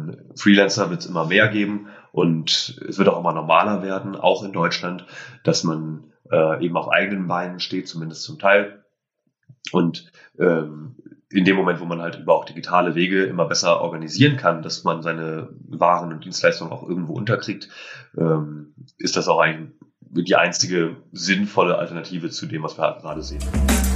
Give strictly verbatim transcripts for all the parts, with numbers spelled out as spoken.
ähm, Freelancer wird es immer mehr geben und es wird auch immer normaler werden, auch in Deutschland, dass man äh, eben auf eigenen Beinen steht, zumindest zum Teil. Und ähm, in dem Moment, wo man halt über auch digitale Wege immer besser organisieren kann, dass man seine Waren und Dienstleistungen auch irgendwo unterkriegt, ähm, ist das auch ein, die einzige sinnvolle Alternative zu dem, was wir halt gerade sehen.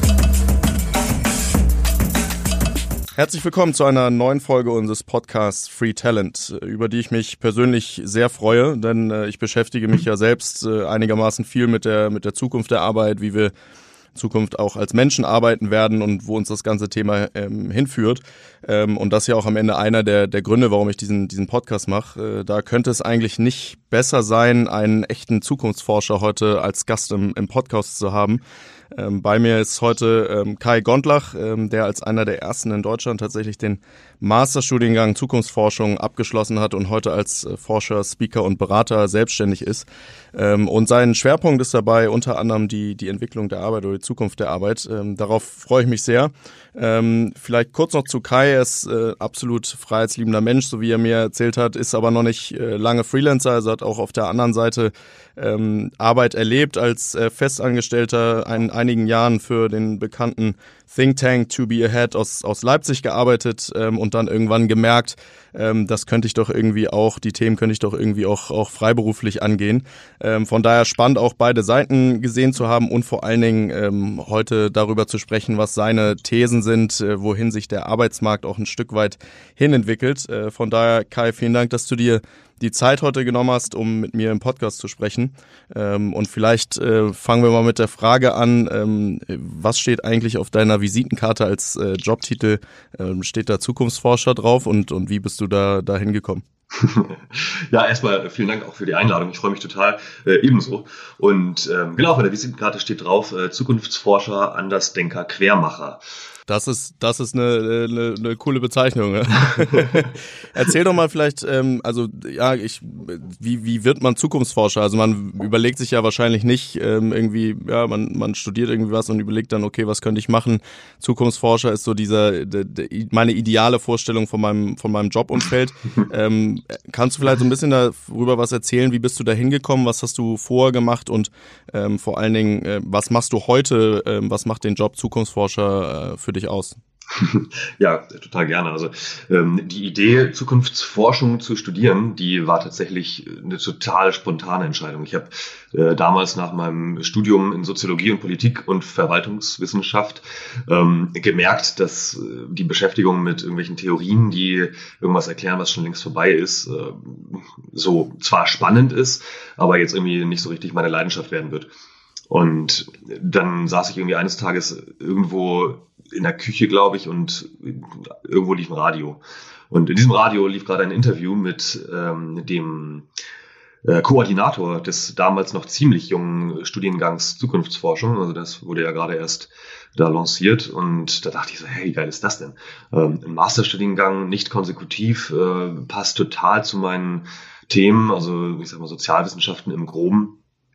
Herzlich willkommen zu einer neuen Folge unseres Podcasts Free Talent, über die ich mich persönlich sehr freue, denn äh, ich beschäftige mich ja selbst äh, einigermaßen viel mit der, mit der Zukunft der Arbeit, wie wir in Zukunft auch als Menschen arbeiten werden und wo uns das ganze Thema ähm, hinführt. Ähm, und das ist ja auch am Ende einer der, der Gründe, warum ich diesen, diesen Podcast mache. Äh, da könnte es eigentlich nicht besser sein, einen echten Zukunftsforscher heute als Gast im, im Podcast zu haben. Ähm, bei mir ist heute ähm, Kai Gondlach, ähm, der als einer der ersten in Deutschland tatsächlich den Masterstudiengang Zukunftsforschung abgeschlossen hat und heute als äh, Forscher, Speaker und Berater selbstständig ist. Ähm, und sein Schwerpunkt ist dabei unter anderem die, die Entwicklung der Arbeit oder die Zukunft der Arbeit. Ähm, darauf freue ich mich sehr. Ähm, vielleicht kurz noch zu Kai. Er ist äh, absolut freiheitsliebender Mensch, so wie er mir erzählt hat, ist aber noch nicht äh, lange Freelancer, also hat auch auf der anderen Seite ähm, Arbeit erlebt als äh, Festangestellter, in einigen Jahren für den bekannten Think Tank To Be Ahead aus, aus Leipzig gearbeitet ähm, und dann irgendwann gemerkt, ähm, das könnte ich doch irgendwie auch, die Themen könnte ich doch irgendwie auch, auch freiberuflich angehen. Ähm, von daher spannend auch beide Seiten gesehen zu haben und vor allen Dingen ähm, heute darüber zu sprechen, was seine Thesen sind, äh, wohin sich der Arbeitsmarkt auch ein Stück weit hin entwickelt. Äh, von daher, Kai, vielen Dank, dass du dir die Zeit heute genommen hast, um mit mir im Podcast zu sprechen. Ähm, und vielleicht äh, fangen wir mal mit der Frage an, ähm, was steht eigentlich auf deiner Visitenkarte als äh, Jobtitel? Ähm, steht da Zukunftsforscher drauf und, und wie bist du da, da hingekommen? Ja, erstmal vielen Dank auch für die Einladung. Ich freue mich total, äh, ebenso. Und ähm, genau, auf der Visitenkarte steht drauf, äh, Zukunftsforscher, Andersdenker, Quermacher. Das ist, das ist eine, eine, eine coole Bezeichnung. Ne? Erzähl doch mal vielleicht, ähm, also ja, ich, wie, wie wird man Zukunftsforscher? Also man überlegt sich ja wahrscheinlich nicht ähm, irgendwie, ja, man, man studiert irgendwie was und überlegt dann, okay, was könnte ich machen? Zukunftsforscher ist so dieser, de, de, meine ideale Vorstellung von meinem, von meinem Jobumfeld. ähm, kannst du vielleicht so ein bisschen darüber was erzählen? Wie bist du da hingekommen? Was hast du vorher gemacht? Und ähm, vor allen Dingen, äh, was machst du heute? Ähm, was macht den Job Zukunftsforscher äh, für dich aus? Ja, total gerne. Also ähm, die Idee, Zukunftsforschung zu studieren, die war tatsächlich eine total spontane Entscheidung. Ich habe äh, damals nach meinem Studium in Soziologie und Politik und Verwaltungswissenschaft ähm, gemerkt, dass äh, die Beschäftigung mit irgendwelchen Theorien, die irgendwas erklären, was schon längst vorbei ist, äh, so zwar spannend ist, aber jetzt irgendwie nicht so richtig meine Leidenschaft werden wird. Und dann saß ich irgendwie eines Tages irgendwo in der Küche, glaube ich, und irgendwo lief ein Radio. Und in diesem Radio lief gerade ein Interview mit ähm, dem äh, Koordinator des damals noch ziemlich jungen Studiengangs Zukunftsforschung. Also das wurde ja gerade erst da lanciert. Und da dachte ich so, hey, wie geil ist das denn? Ähm, ein Masterstudiengang, nicht konsekutiv, äh, passt total zu meinen Themen, also ich sag mal Sozialwissenschaften im Groben.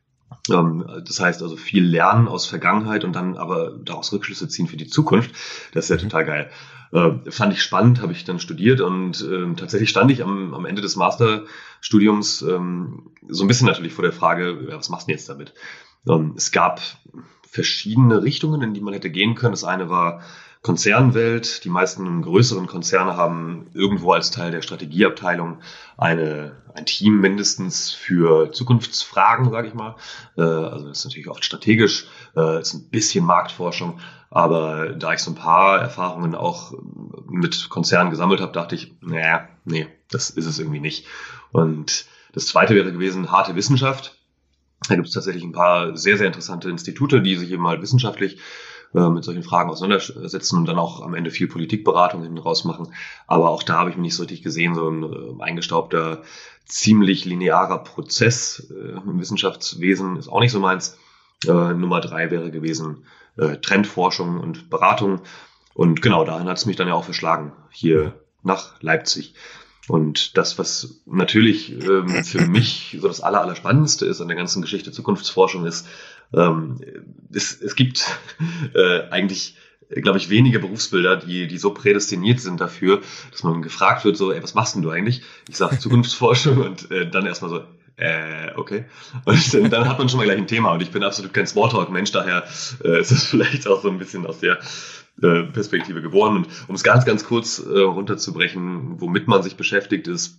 Das heißt also viel lernen aus Vergangenheit und dann aber daraus Rückschlüsse ziehen für die Zukunft. Das ist ja total geil. Äh, fand ich spannend, habe ich dann studiert und äh, tatsächlich stand ich am, am Ende des Masterstudiums ähm, so ein bisschen natürlich vor der Frage, ja, was machst du denn jetzt damit? Ähm, es gab verschiedene Richtungen, in die man hätte gehen können. Das eine war Konzernwelt. Die meisten größeren Konzerne haben irgendwo als Teil der Strategieabteilung eine, ein Team mindestens für Zukunftsfragen, sage ich mal. Äh, also das ist natürlich oft strategisch, äh, ist ein bisschen Marktforschung. Aber da ich so ein paar Erfahrungen auch mit Konzernen gesammelt habe, dachte ich, naja, nee, das ist es irgendwie nicht. Und das zweite wäre gewesen, harte Wissenschaft. Da gibt es tatsächlich ein paar sehr, sehr interessante Institute, die sich eben halt wissenschaftlich mit solchen Fragen auseinandersetzen und dann auch am Ende viel Politikberatung hinten raus machen. Aber auch da habe ich mich nicht so richtig gesehen, so ein äh, eingestaubter, ziemlich linearer Prozess äh, im Wissenschaftswesen ist auch nicht so meins. Äh, Nummer drei wäre gewesen äh, Trendforschung und Beratung. Und genau, dahin hat es mich dann ja auch verschlagen, hier nach Leipzig. Und das, was natürlich ähm, für mich so das Aller, Allerspannendste ist an der ganzen Geschichte Zukunftsforschung ist, ähm, es, es gibt äh, eigentlich glaube ich, wenige Berufsbilder, die die so prädestiniert sind dafür, dass man gefragt wird, so, ey, was machst denn du eigentlich? Ich sage Zukunftsforschung und äh, dann erstmal so, äh, okay. Und dann, dann hat man schon mal gleich ein Thema und ich bin absolut kein Smalltalk-Mensch, daher äh, ist es vielleicht auch so ein bisschen aus der äh, Perspektive geboren. Und um es ganz, ganz kurz äh, runterzubrechen, womit man sich beschäftigt, ist,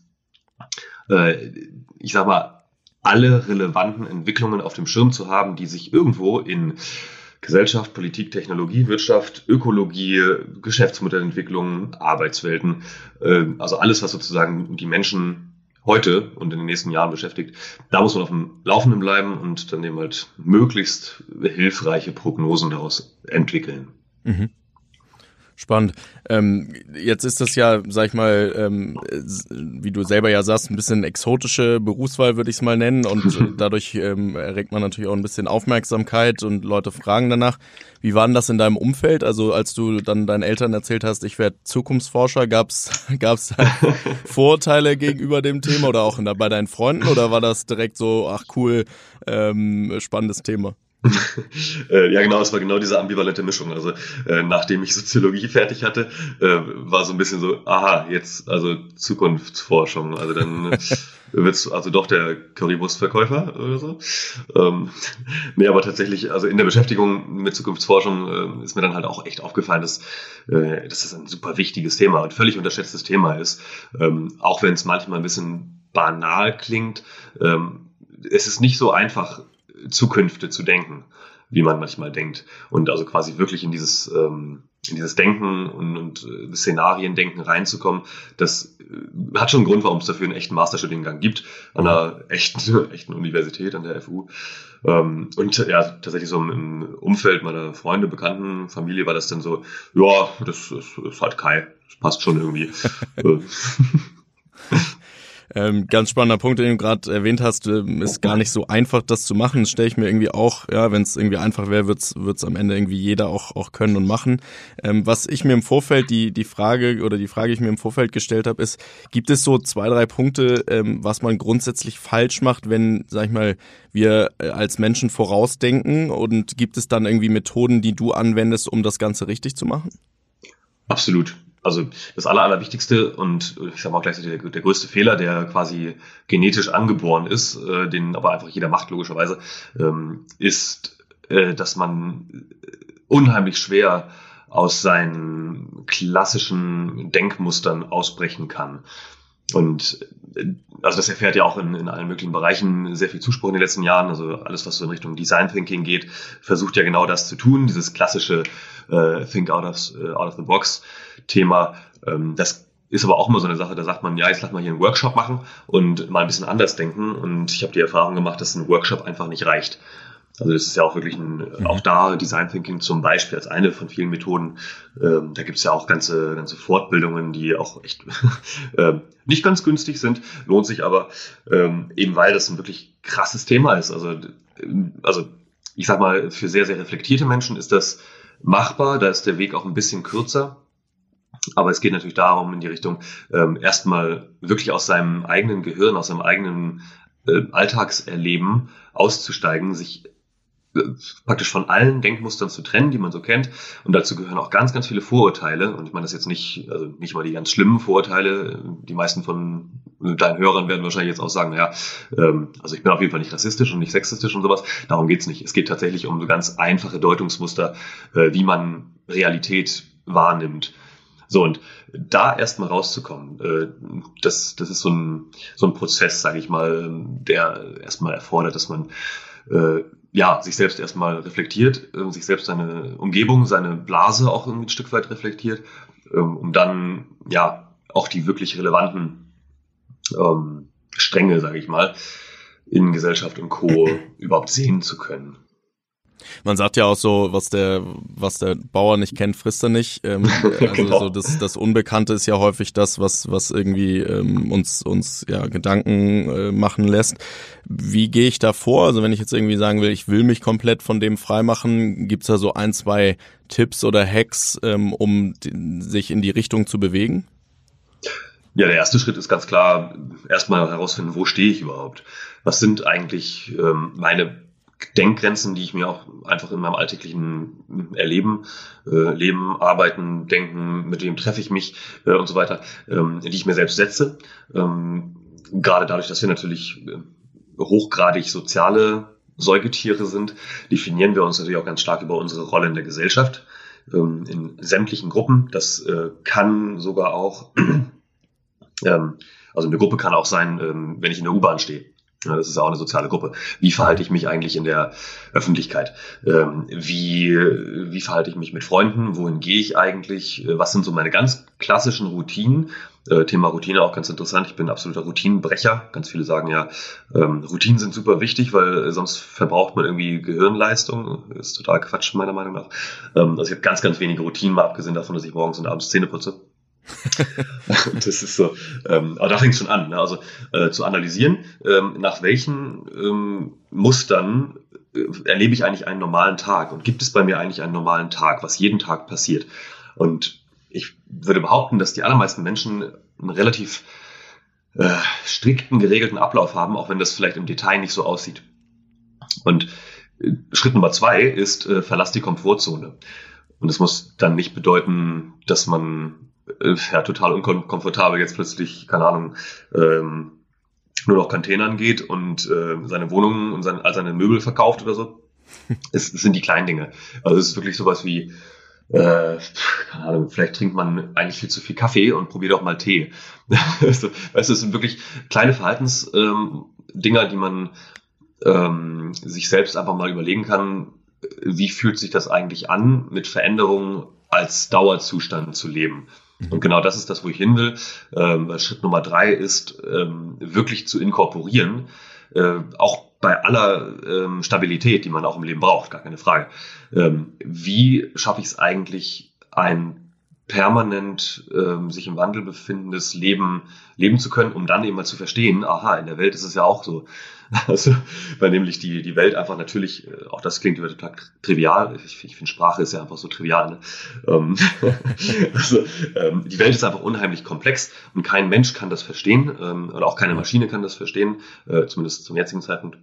äh, ich sag mal, alle relevanten Entwicklungen auf dem Schirm zu haben, die sich irgendwo in Gesellschaft, Politik, Technologie, Wirtschaft, Ökologie, Geschäftsmodellentwicklung, Arbeitswelten, äh, also alles, was sozusagen die Menschen heute und in den nächsten Jahren beschäftigt, da muss man auf dem Laufenden bleiben und dann eben halt möglichst hilfreiche Prognosen daraus entwickeln. Mhm. Spannend. Ähm, jetzt ist das ja, sag ich mal, ähm, wie du selber ja sagst, ein bisschen exotische Berufswahl, würde ich es mal nennen. Und dadurch ähm, erregt man natürlich auch ein bisschen Aufmerksamkeit und Leute fragen danach. Wie war denn das in deinem Umfeld? Also als du dann deinen Eltern erzählt hast, ich werde Zukunftsforscher, gab's gab's da Vorurteile gegenüber dem Thema oder auch in, bei deinen Freunden? Oder war das direkt so, ach cool, ähm, spannendes Thema? äh, ja, genau, es war genau diese ambivalente Mischung. Also äh, nachdem ich Soziologie fertig hatte, äh, war so ein bisschen so, aha, jetzt also Zukunftsforschung. Also dann äh, wird's also doch der Currywurstverkäufer oder so. Ähm, nee, aber tatsächlich, also in der Beschäftigung mit Zukunftsforschung äh, ist mir dann halt auch echt aufgefallen, dass, äh, dass das ein super wichtiges Thema und völlig unterschätztes Thema ist. Ähm, auch wenn es manchmal ein bisschen banal klingt, ähm, es ist nicht so einfach, Zukünfte zu denken, wie man manchmal denkt. Und also quasi wirklich in dieses, ähm, in dieses Denken und, und äh, Szenariendenken reinzukommen, das äh, hat schon einen Grund, warum es dafür einen echten Masterstudiengang gibt, an einer echten, echten Universität, an der F U. Ähm, und ja, tatsächlich so im Umfeld meiner Freunde, Bekannten, Familie war das dann so, ja, das, das ist halt Kai, das passt schon irgendwie. Ähm, ganz spannender Punkt, den du gerade erwähnt hast, ähm, ist gar nicht so einfach, das zu machen. Das stelle ich mir irgendwie auch, ja, wenn es irgendwie einfach wäre, wird's wird's am Ende irgendwie jeder auch auch können und machen. Ähm, was ich mir im Vorfeld, die die Frage oder die Frage, die ich mir im Vorfeld gestellt habe, ist, gibt es so zwei, drei Punkte, ähm, was man grundsätzlich falsch macht, wenn, sag ich mal, wir äh, als Menschen vorausdenken, und gibt es dann irgendwie Methoden, die du anwendest, um das Ganze richtig zu machen? Absolut. Also das Aller, Allerwichtigste und ich sage mal auch gleichzeitig der, der größte Fehler, der quasi genetisch angeboren ist, äh, den aber einfach jeder macht, logischerweise, ähm, ist, äh, dass man unheimlich schwer aus seinen klassischen Denkmustern ausbrechen kann. Und also das erfährt ja auch in, in allen möglichen Bereichen sehr viel Zuspruch in den letzten Jahren. Also alles, was so in Richtung Design Thinking geht, versucht ja genau das zu tun. Dieses klassische äh, Think out of, uh, out of the box Thema. Ähm, das ist aber auch immer so eine Sache, da sagt man, ja, jetzt lass mal hier einen Workshop machen und mal ein bisschen anders denken. Und ich habe die Erfahrung gemacht, dass ein Workshop einfach nicht reicht. Also das ist ja auch wirklich ein, mhm. auch da Design Thinking zum Beispiel als eine von vielen Methoden. Ähm, da gibt's ja auch ganze ganze Fortbildungen, die auch echt äh, nicht ganz günstig sind, lohnt sich aber, ähm, eben weil das ein wirklich krasses Thema ist. Also, also ich sag mal, für sehr, sehr reflektierte Menschen ist das machbar, da ist der Weg auch ein bisschen kürzer. Aber es geht natürlich darum, in die Richtung, ähm, erstmal wirklich aus seinem eigenen Gehirn, aus seinem eigenen äh, Alltagserleben auszusteigen, sich praktisch von allen Denkmustern zu trennen, die man so kennt. Und dazu gehören auch ganz, ganz viele Vorurteile. Und ich meine das jetzt nicht, also nicht mal die ganz schlimmen Vorurteile. Die meisten von deinen Hörern werden wahrscheinlich jetzt auch sagen, naja, ähm, also ich bin auf jeden Fall nicht rassistisch und nicht sexistisch und sowas. Darum geht's nicht. Es geht tatsächlich um so ganz einfache Deutungsmuster, äh, wie man Realität wahrnimmt. So, und da erstmal rauszukommen, äh, das, das ist so ein, so ein Prozess, sage ich mal, der erstmal erfordert, dass man äh, ja, sich selbst erstmal reflektiert, äh, sich selbst seine Umgebung, seine Blase auch ein Stück weit reflektiert, ähm, um dann ja auch die wirklich relevanten ähm, Stränge, sage ich mal, in Gesellschaft und Co. überhaupt sehen zu können. Man sagt ja auch so, was der was der Bauer nicht kennt, frisst er nicht. Ähm, also genau. so das, das Unbekannte ist ja häufig das, was was irgendwie ähm, uns uns ja Gedanken äh, machen lässt. Wie gehe ich da vor? Also wenn ich jetzt irgendwie sagen will, ich will mich komplett von dem freimachen, gibt's da so ein, zwei Tipps oder Hacks, ähm, um die, sich in die Richtung zu bewegen? Ja, der erste Schritt ist ganz klar, erstmal herausfinden, wo stehe ich überhaupt? Was sind eigentlich ähm, meine Denkgrenzen, die ich mir auch einfach in meinem alltäglichen Erleben, äh, Leben, Arbeiten, Denken, mit wem treffe ich mich äh, und so weiter, ähm, die ich mir selbst setze. Ähm, gerade dadurch, dass wir natürlich äh, hochgradig soziale Säugetiere sind, definieren wir uns natürlich auch ganz stark über unsere Rolle in der Gesellschaft, ähm, in sämtlichen Gruppen. Das äh, kann sogar auch, ähm, also eine Gruppe kann auch sein, ähm, wenn ich in der U-Bahn stehe. Ja, das ist ja auch eine soziale Gruppe. Wie verhalte ich mich eigentlich in der Öffentlichkeit? Ähm, wie, wie verhalte ich mich mit Freunden? Wohin gehe ich eigentlich? Was sind so meine ganz klassischen Routinen? Äh, Thema Routine auch ganz interessant. Ich bin ein absoluter Routinenbrecher. Ganz viele sagen ja, ähm, Routinen sind super wichtig, weil sonst verbraucht man irgendwie Gehirnleistung. Das ist total Quatsch, meiner Meinung nach. Ähm, also ich habe ganz, ganz wenige Routinen, mal abgesehen davon, dass ich morgens und abends Zähne putze. Das ist so, ähm, aber da fängt es schon an, ne? Also äh, zu analysieren, ähm, nach welchen ähm, Mustern äh, erlebe ich eigentlich einen normalen Tag und gibt es bei mir eigentlich einen normalen Tag, was jeden Tag passiert. Und ich würde behaupten, dass die allermeisten Menschen einen relativ äh, strikten, geregelten Ablauf haben, auch wenn das vielleicht im Detail nicht so aussieht. Und äh, Schritt Nummer zwei ist, äh, verlass die Komfortzone. Und das muss dann nicht bedeuten, dass man ja, total unkomfortabel jetzt plötzlich, keine Ahnung, ähm, nur noch Containern geht und äh, seine Wohnung und sein, all seine Möbel verkauft oder so. Es, es sind die kleinen Dinge. Also es ist wirklich sowas wie, äh, keine Ahnung, vielleicht trinkt man eigentlich viel zu viel Kaffee und probiert auch mal Tee. Also, weißt du, es sind wirklich kleine Verhaltensdinger, ähm, die man ähm, sich selbst einfach mal überlegen kann, wie fühlt sich das eigentlich an, mit Veränderungen als Dauerzustand zu leben. Und genau das ist das, wo ich hin will. Ähm, Schritt Nummer drei ist, ähm, wirklich zu inkorporieren, äh, auch bei aller ähm, Stabilität, die man auch im Leben braucht, gar keine Frage. Ähm, wie schaffe ich es eigentlich, ein permanent ähm, sich im Wandel befindendes Leben leben zu können, um dann eben mal zu verstehen, aha, in der Welt ist es ja auch so. Also, weil nämlich die, die Welt einfach natürlich, auch das klingt wieder total trivial, ich, ich finde Sprache ist ja einfach so trivial, ne? ähm, also, ähm, die Welt ist einfach unheimlich komplex und kein Mensch kann das verstehen, ähm, oder auch keine Maschine kann das verstehen, äh, zumindest zum jetzigen Zeitpunkt.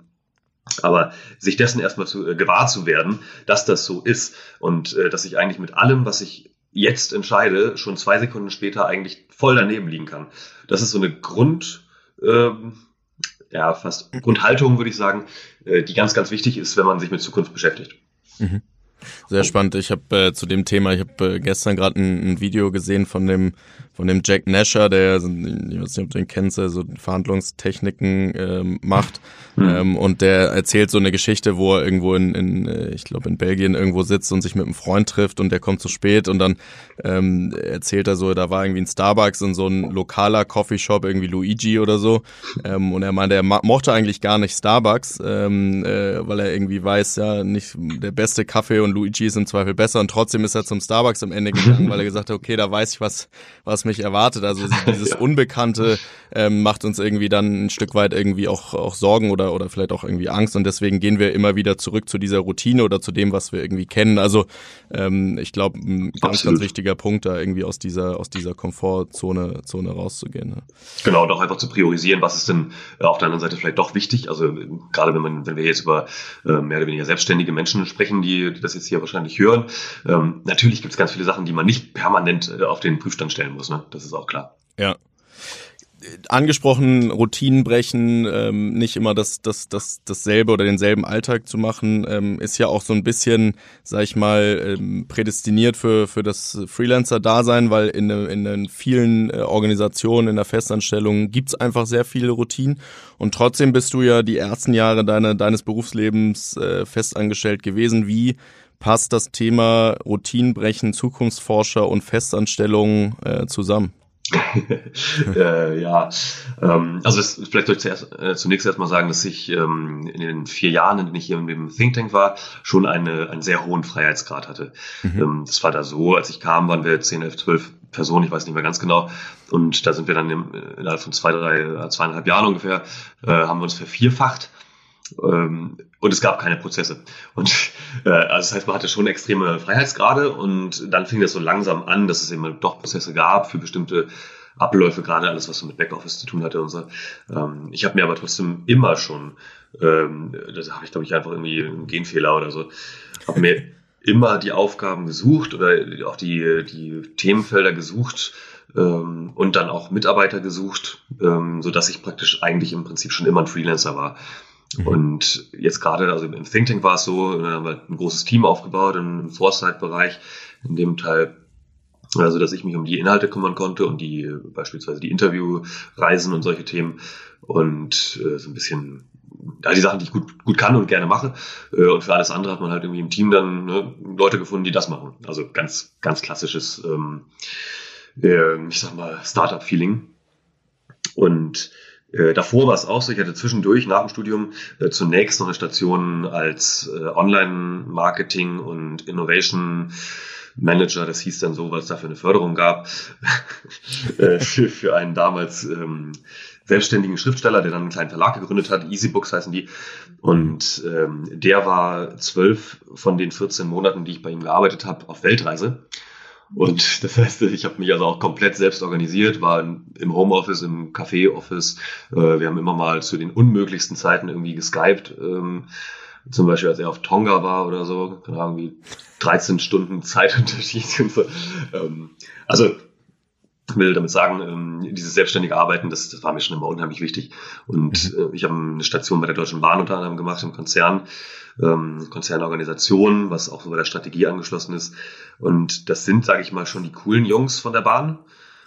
Aber sich dessen erstmal zu, äh, gewahr zu werden, dass das so ist und äh, dass ich eigentlich mit allem, was ich jetzt entscheide, schon zwei Sekunden später eigentlich voll daneben liegen kann. Das ist so eine Grund, ähm, ja, fast Grundhaltung, würde ich sagen, die ganz, ganz wichtig ist, wenn man sich mit Zukunft beschäftigt. Mhm. Sehr spannend. Ich habe äh, zu dem Thema, ich habe äh, gestern gerade ein, ein Video gesehen von dem von dem Jack Nasher, der, ich weiß nicht, ob du den kennst, der so Verhandlungstechniken ähm, macht. Mhm. Ähm, und der erzählt so eine Geschichte, wo er irgendwo in, in ich glaube in Belgien irgendwo sitzt und sich mit einem Freund trifft und der kommt zu spät und dann ähm, erzählt er so, da war irgendwie ein Starbucks und so ein lokaler Coffeeshop, irgendwie Luigi oder so. Ähm, und er meinte, er mochte eigentlich gar nicht Starbucks, ähm, äh, weil er irgendwie weiß, ja, nicht der beste Kaffee und Luigi ist im Zweifel besser und trotzdem ist er zum Starbucks am Ende gegangen, weil er gesagt hat, okay, da weiß ich, was was mich erwartet. Also dieses ja. Unbekannte ähm, macht uns irgendwie dann ein Stück weit irgendwie auch auch Sorgen oder oder vielleicht auch irgendwie Angst und deswegen gehen wir immer wieder zurück zu dieser Routine oder zu dem, was wir irgendwie kennen. Also ähm, ich glaube, ein ganz, Absolut. ganz wichtiger Punkt, da irgendwie aus dieser aus dieser Komfortzone Zone rauszugehen. Ne? Genau, und auch einfach zu priorisieren, was ist denn auf der anderen Seite vielleicht doch wichtig. Also gerade wenn man, wenn wir jetzt über äh, mehr oder weniger selbstständige Menschen sprechen, die, die das jetzt hier wahrscheinlich hören, ähm, natürlich gibt es ganz viele Sachen, die man nicht permanent äh, auf den Prüfstand stellen muss. Ne? Das ist auch klar. Ja. Angesprochen, Routinen brechen, ähm, nicht immer das, das, das, dasselbe oder denselben Alltag zu machen, ähm, ist ja auch so ein bisschen, sag ich mal, ähm, prädestiniert für, für das Freelancer-Dasein, weil in, in, in vielen äh, Organisationen, in der Festanstellung gibt's einfach sehr viele Routinen und trotzdem bist du ja die ersten Jahre deine, deines Berufslebens äh, festangestellt gewesen. Wie passt das Thema Routinenbrechen, Zukunftsforscher und Festanstellung äh, zusammen? äh, ja, ähm, also das, vielleicht soll ich zuerst, äh, zunächst erstmal sagen, dass ich ähm, in den vier Jahren, in denen ich hier in dem Think Tank war, schon eine, einen sehr hohen Freiheitsgrad hatte. Mhm. Ähm, das war da so, als ich kam, waren wir zehn, elf, zwölf Personen, ich weiß nicht mehr ganz genau. Und da sind wir dann im, innerhalb von zwei, drei, zweieinhalb Jahren ungefähr, äh, haben wir uns vervierfacht. Ähm, und es gab keine Prozesse. Und äh, also das heißt, man hatte schon extreme Freiheitsgrade und dann fing das so langsam an, dass es eben doch Prozesse gab für bestimmte Abläufe, gerade alles, was so mit Backoffice zu tun hatte und so. Ähm, ich habe mir aber trotzdem immer schon, ähm, das habe ich glaube ich einfach irgendwie einen Genfehler oder so, habe mir immer die Aufgaben gesucht oder auch die, die Themenfelder gesucht ähm, und dann auch Mitarbeiter gesucht, ähm, so dass ich praktisch eigentlich im Prinzip schon immer ein Freelancer war. Mhm. Und jetzt gerade, also im Think Tank war es so, wir haben halt ein großes Team aufgebaut im Foresight-Bereich, in dem Teil, also dass ich mich um die Inhalte kümmern konnte und die beispielsweise die Interviewreisen und solche Themen und äh, so ein bisschen all die Sachen, die ich gut gut kann und gerne mache. Äh, und für alles andere hat man halt irgendwie im Team dann ne, Leute gefunden, die das machen. Also ganz ganz klassisches, ähm, äh, ich sag mal Startup-Feeling. Und äh, davor war es auch so, ich hatte zwischendurch nach dem Studium äh, zunächst noch eine Station als äh, Online-Marketing und Innovation Manager, das hieß dann so, weil es dafür eine Förderung gab, für, für einen damals ähm, selbstständigen Schriftsteller, der dann einen kleinen Verlag gegründet hat, Easy Books heißen die. Und ähm, der war zwölf von den vierzehn Monaten, die ich bei ihm gearbeitet habe, auf Weltreise. Und das heißt, ich habe mich also auch komplett selbst organisiert, war im Homeoffice, im Café-Office. Äh, wir haben immer mal zu den unmöglichsten Zeiten irgendwie geskypt. Ähm, zum Beispiel, als er auf Tonga war oder so, keine Ahnung, wie dreizehn Stunden Zeitunterschied und so. Ähm, also, ich will damit sagen, ähm, dieses selbstständige Arbeiten, das, das war mir schon immer unheimlich wichtig. Und äh, ich habe eine Station bei der Deutschen Bahn unter anderem gemacht, im Konzern, ähm, Konzernorganisation, was auch so bei der Strategie angeschlossen ist. Und das sind, sage ich mal, schon die coolen Jungs von der Bahn.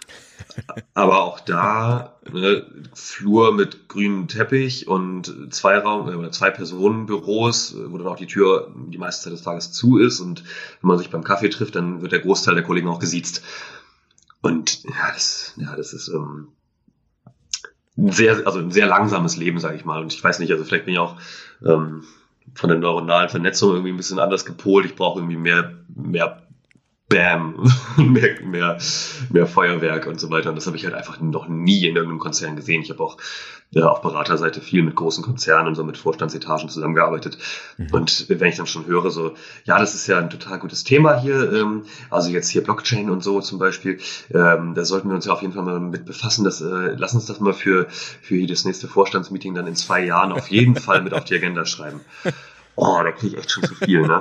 Aber auch da ne, Flur mit grünem Teppich und zwei Raum oder zwei Personenbüros, wo dann auch die Tür die meiste Zeit des Tages zu ist und wenn man sich beim Kaffee trifft, dann wird der Großteil der Kollegen auch gesiezt. Und ja, das, ja, das ist ähm, ein sehr, also ein sehr langsames Leben, sage ich mal. Und ich weiß nicht, also vielleicht bin ich auch ähm, von der neuronalen Vernetzung irgendwie ein bisschen anders gepolt. Ich brauche irgendwie mehr, mehr Bam, mehr, mehr, mehr Feuerwerk und so weiter. Und das habe ich halt einfach noch nie in irgendeinem Konzern gesehen. Ich habe auch ja, auf Beraterseite viel mit großen Konzernen und so mit Vorstandsetagen zusammengearbeitet. Mhm. Und wenn ich dann schon höre, so, ja, das ist ja ein total gutes Thema hier, ähm, also jetzt hier Blockchain und so zum Beispiel, ähm, da sollten wir uns ja auf jeden Fall mal mit befassen. Das, äh, lass uns das mal für, für das nächste Vorstandsmeeting dann in zwei Jahren auf jeden Fall mit auf die Agenda schreiben. Oh, da kriege ich echt schon zu viel, ne?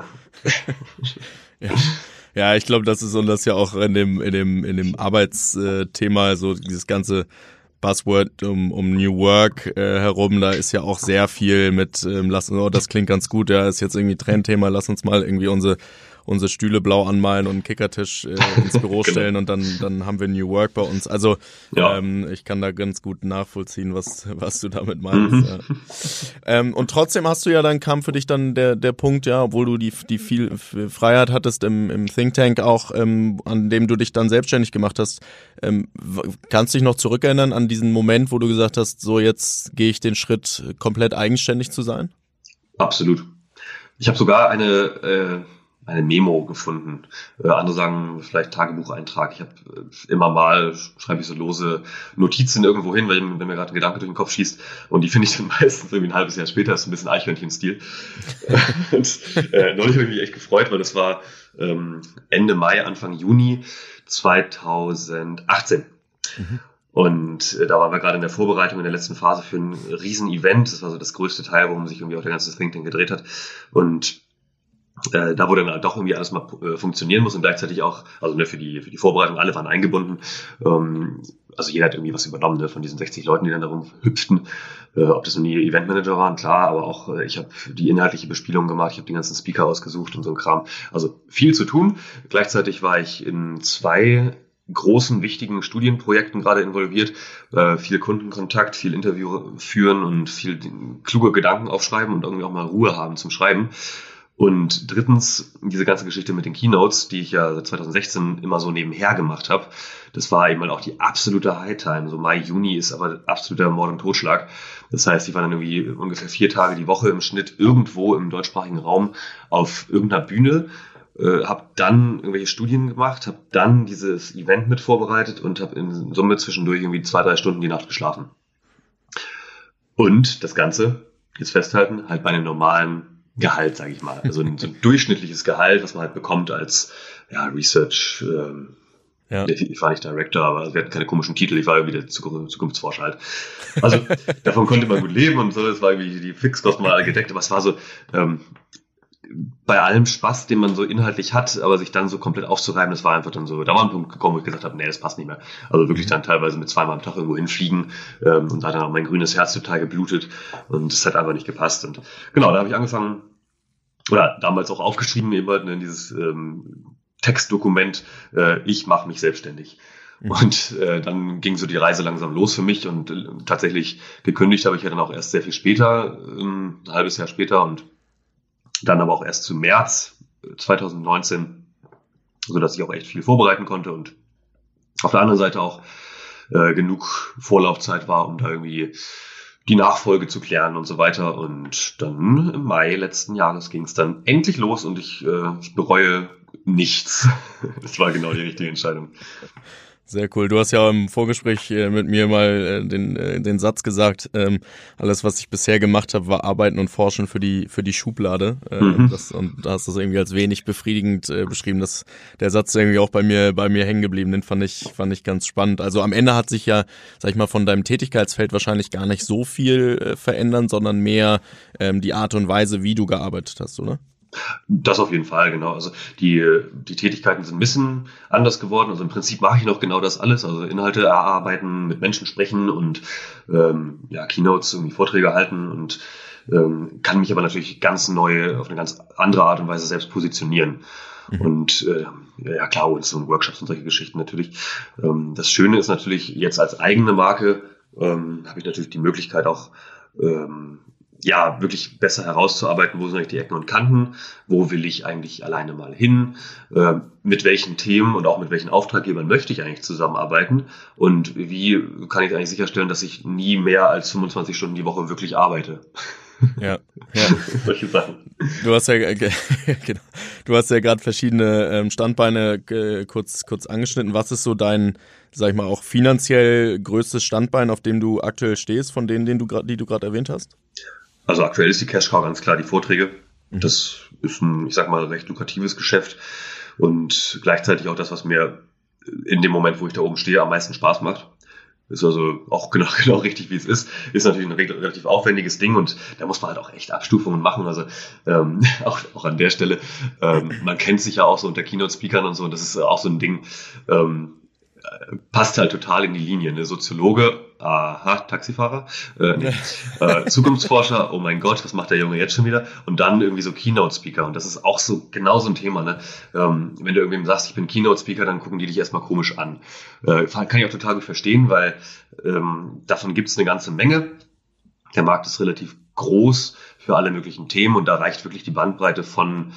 Ja. Ja, ich glaube, das ist und das ja auch in dem in dem in dem Arbeitsthema so dieses ganze Buzzword um um New Work äh, herum, da ist ja auch sehr viel mit ähm, lass oh, das klingt ganz gut, ja, ist jetzt irgendwie Trendthema, lass uns mal irgendwie unsere unsere Stühle blau anmalen und einen Kickertisch äh, ins Büro stellen und dann dann haben wir New Work bei uns. Also ja. ähm, ich kann da ganz gut nachvollziehen, was was du damit meinst. Mhm. Ja. Ähm, und trotzdem hast du ja dann kam für dich dann der der Punkt, ja, obwohl du die die viel Freiheit hattest im im Think Tank auch, ähm, an dem du dich dann selbstständig gemacht hast. Ähm, kannst du dich noch zurückerinnern an diesen Moment, wo du gesagt hast, so jetzt gehe ich den Schritt, komplett eigenständig zu sein? Absolut. Ich habe sogar eine äh eine Memo gefunden. Äh, andere sagen vielleicht Tagebucheintrag. Ich habe äh, immer mal, schreibe ich so lose Notizen irgendwo hin, weil wenn mir gerade ein Gedanke durch den Kopf schießt und die finde ich dann meistens irgendwie ein halbes Jahr später, ist ein bisschen Eichhörnchen-Stil. und äh, neulich habe ich mich echt gefreut, weil das war ähm, Ende Mai, Anfang Juni zweitausendachtzehn. Mhm. Und äh, da waren wir gerade in der Vorbereitung in der letzten Phase für ein Riesen-Event. Das war so das größte Teil, worum sich irgendwie auch der ganze Think Tank gedreht hat. Und Äh, da wo dann halt doch irgendwie alles mal äh, funktionieren muss und gleichzeitig auch, also ne, für die für die Vorbereitung, alle waren eingebunden, ähm, also jeder hat irgendwie was übernommen, ne, von diesen sechzig Leuten, die dann darum hüpften, äh, ob das nun die Eventmanager waren, klar, aber auch äh, ich habe die inhaltliche Bespielung gemacht, ich habe die ganzen Speaker ausgesucht und so ein Kram, also viel zu tun. Gleichzeitig war ich in zwei großen, wichtigen Studienprojekten gerade involviert, äh, viel Kundenkontakt, viel Interview führen und viel kluge Gedanken aufschreiben und irgendwie auch mal Ruhe haben zum Schreiben. Und drittens, diese ganze Geschichte mit den Keynotes, die ich ja seit zweitausendsechzehn immer so nebenher gemacht habe, das war eben halt auch die absolute High-Time. So Mai, Juni ist aber absoluter Mord und Totschlag. Das heißt, ich war dann irgendwie ungefähr vier Tage die Woche im Schnitt irgendwo im deutschsprachigen Raum auf irgendeiner Bühne, äh, habe dann irgendwelche Studien gemacht, habe dann dieses Event mit vorbereitet und habe in Summe zwischendurch irgendwie zwei, drei Stunden die Nacht geschlafen. Und das Ganze, jetzt festhalten, halt bei einem normalen Gehalt, sage ich mal. Also ein, so ein durchschnittliches Gehalt, was man halt bekommt als ja, Research ähm, Ja. Ich, ich war nicht Director, aber wir hatten keine komischen Titel, ich war irgendwie der Zukunftsforscher halt. Also davon konnte man gut leben und so, das war irgendwie die Fixkosten mal alle gedeckt, aber es war so, ähm, bei allem Spaß, den man so inhaltlich hat, aber sich dann so komplett aufzureiben, das war einfach dann so, da war ein Punkt gekommen, wo ich gesagt habe, nee, das passt nicht mehr. Also wirklich dann teilweise mit zweimal am Tag irgendwo hinfliegen ähm, und da hat dann auch mein grünes Herz total geblutet und das hat einfach nicht gepasst. Und genau, da habe ich angefangen, oder damals auch aufgeschrieben, eben halt in dieses ähm, Textdokument, äh, ich mache mich selbstständig. Mhm. Und äh, dann ging so die Reise langsam los für mich und äh, tatsächlich gekündigt habe ich ja dann auch erst sehr viel später, äh, ein halbes Jahr später und dann aber auch erst zu März zwanzig neunzehn, so dass ich auch echt viel vorbereiten konnte und auf der anderen Seite auch äh, genug Vorlaufzeit war, um da irgendwie die Nachfolge zu klären und so weiter. Und dann im Mai letzten Jahres ging es dann endlich los und ich, äh, ich bereue nichts. Das war genau die richtige Entscheidung. Sehr cool. Du hast ja im Vorgespräch äh, mit mir mal äh, den äh, den Satz gesagt, ähm, alles, was ich bisher gemacht habe, war Arbeiten und Forschen für die für die Schublade. Äh, mhm. das, und da hast du es irgendwie als wenig befriedigend äh, beschrieben. Das, der Satz ist irgendwie auch bei mir bei mir hängen geblieben. Den fand ich fand ich ganz spannend. Also am Ende hat sich ja, sag ich mal, von deinem Tätigkeitsfeld wahrscheinlich gar nicht so viel äh, verändern, sondern mehr ähm, die Art und Weise, wie du gearbeitet hast, oder? Das auf jeden Fall, genau. Also die, die Tätigkeiten sind ein bisschen anders geworden. Also im Prinzip mache ich noch genau das alles. Also Inhalte erarbeiten, mit Menschen sprechen und ähm, ja, Keynotes, irgendwie Vorträge halten und ähm, kann mich aber natürlich ganz neu, auf eine ganz andere Art und Weise selbst positionieren. Mhm. Und äh, ja klar, und so Workshops und solche Geschichten natürlich. Ähm, das Schöne ist natürlich, jetzt als eigene Marke ähm, habe ich natürlich die Möglichkeit auch ähm, ja, wirklich besser herauszuarbeiten, wo sind eigentlich die Ecken und Kanten, wo will ich eigentlich alleine mal hin, äh, mit welchen Themen und auch mit welchen Auftraggebern möchte ich eigentlich zusammenarbeiten und wie kann ich eigentlich sicherstellen, dass ich nie mehr als fünfundzwanzig Stunden die Woche wirklich arbeite. Ja, ja. Solche Sachen. Du hast ja, genau, du hast ja gerade verschiedene ähm, Standbeine äh, kurz kurz angeschnitten. Was ist so dein, sag ich mal, auch finanziell größtes Standbein, auf dem du aktuell stehst, von denen, den du grad, die du gerade erwähnt hast? Also aktuell ist die Cash Cow ganz klar die Vorträge. Das ist ein, ich sag mal, recht lukratives Geschäft und gleichzeitig auch das, was mir in dem Moment, wo ich da oben stehe, am meisten Spaß macht. Ist also auch genau, genau richtig, wie es ist. Ist natürlich ein relativ aufwendiges Ding und da muss man halt auch echt Abstufungen machen. Also ähm, auch, auch an der Stelle, ähm, man kennt sich ja auch so unter Keynote-Speakern und so und das ist auch so ein Ding, ähm, passt halt total in die Linie. Ne? Soziologe, aha, Taxifahrer, äh, nee. äh, Zukunftsforscher, oh mein Gott, was macht der Junge jetzt schon wieder? Und dann irgendwie so Keynote-Speaker. Und das ist auch so genau so ein Thema. Ne? Ähm, wenn du irgendwem sagst, ich bin Keynote-Speaker, dann gucken die dich erstmal komisch an. Äh, kann ich auch total gut verstehen, weil ähm, davon gibt es eine ganze Menge. Der Markt ist relativ groß für alle möglichen Themen und da reicht wirklich die Bandbreite von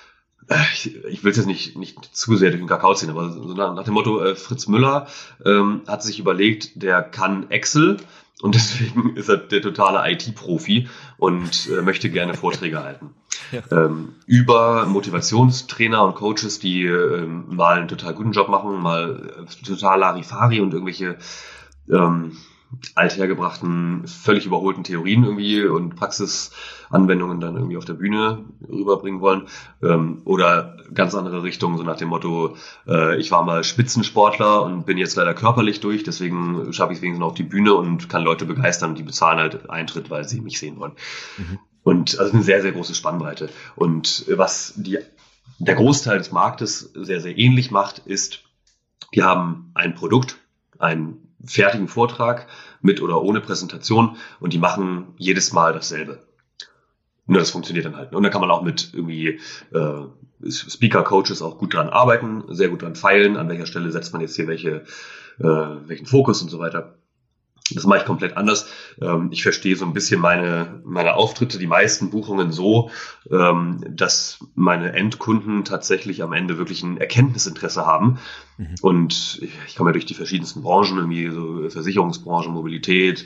Ich, ich will es jetzt nicht, nicht zu sehr durch den Kakao ziehen, aber so nach, nach dem Motto, äh, Fritz Müller ähm, hat sich überlegt, der kann Excel und deswegen ist er der totale I T-Profi und äh, möchte gerne Vorträge halten. Ja. Ähm, über Motivationstrainer und Coaches, die ähm, mal einen total guten Job machen, mal äh, total Larifari und irgendwelche ähm, althergebrachten, völlig überholten Theorien irgendwie und Praxisanwendungen dann irgendwie auf der Bühne rüberbringen wollen. Ähm, oder ganz andere Richtungen, so nach dem Motto, äh, ich war mal Spitzensportler und bin jetzt leider körperlich durch, deswegen schaffe ich es wenigstens noch auf die Bühne und kann Leute begeistern und die bezahlen halt Eintritt, weil sie mich sehen wollen. Mhm. Und also eine sehr, sehr große Spannbreite. Und was die, der Großteil des Marktes sehr, sehr ähnlich macht, ist, die haben ein Produkt, ein fertigen Vortrag mit oder ohne Präsentation und die machen jedes Mal dasselbe. Und das funktioniert dann halt. Und da kann man auch mit irgendwie äh, Speaker-Coaches auch gut dran arbeiten, sehr gut dran feilen, an welcher Stelle setzt man jetzt hier welche, äh, welchen Fokus und so weiter. Das mache ich komplett anders. Ich verstehe so ein bisschen meine meine Auftritte, die meisten Buchungen so, dass meine Endkunden tatsächlich am Ende wirklich ein Erkenntnisinteresse haben. Mhm. Und ich komme ja durch die verschiedensten Branchen, irgendwie so Versicherungsbranche, Mobilität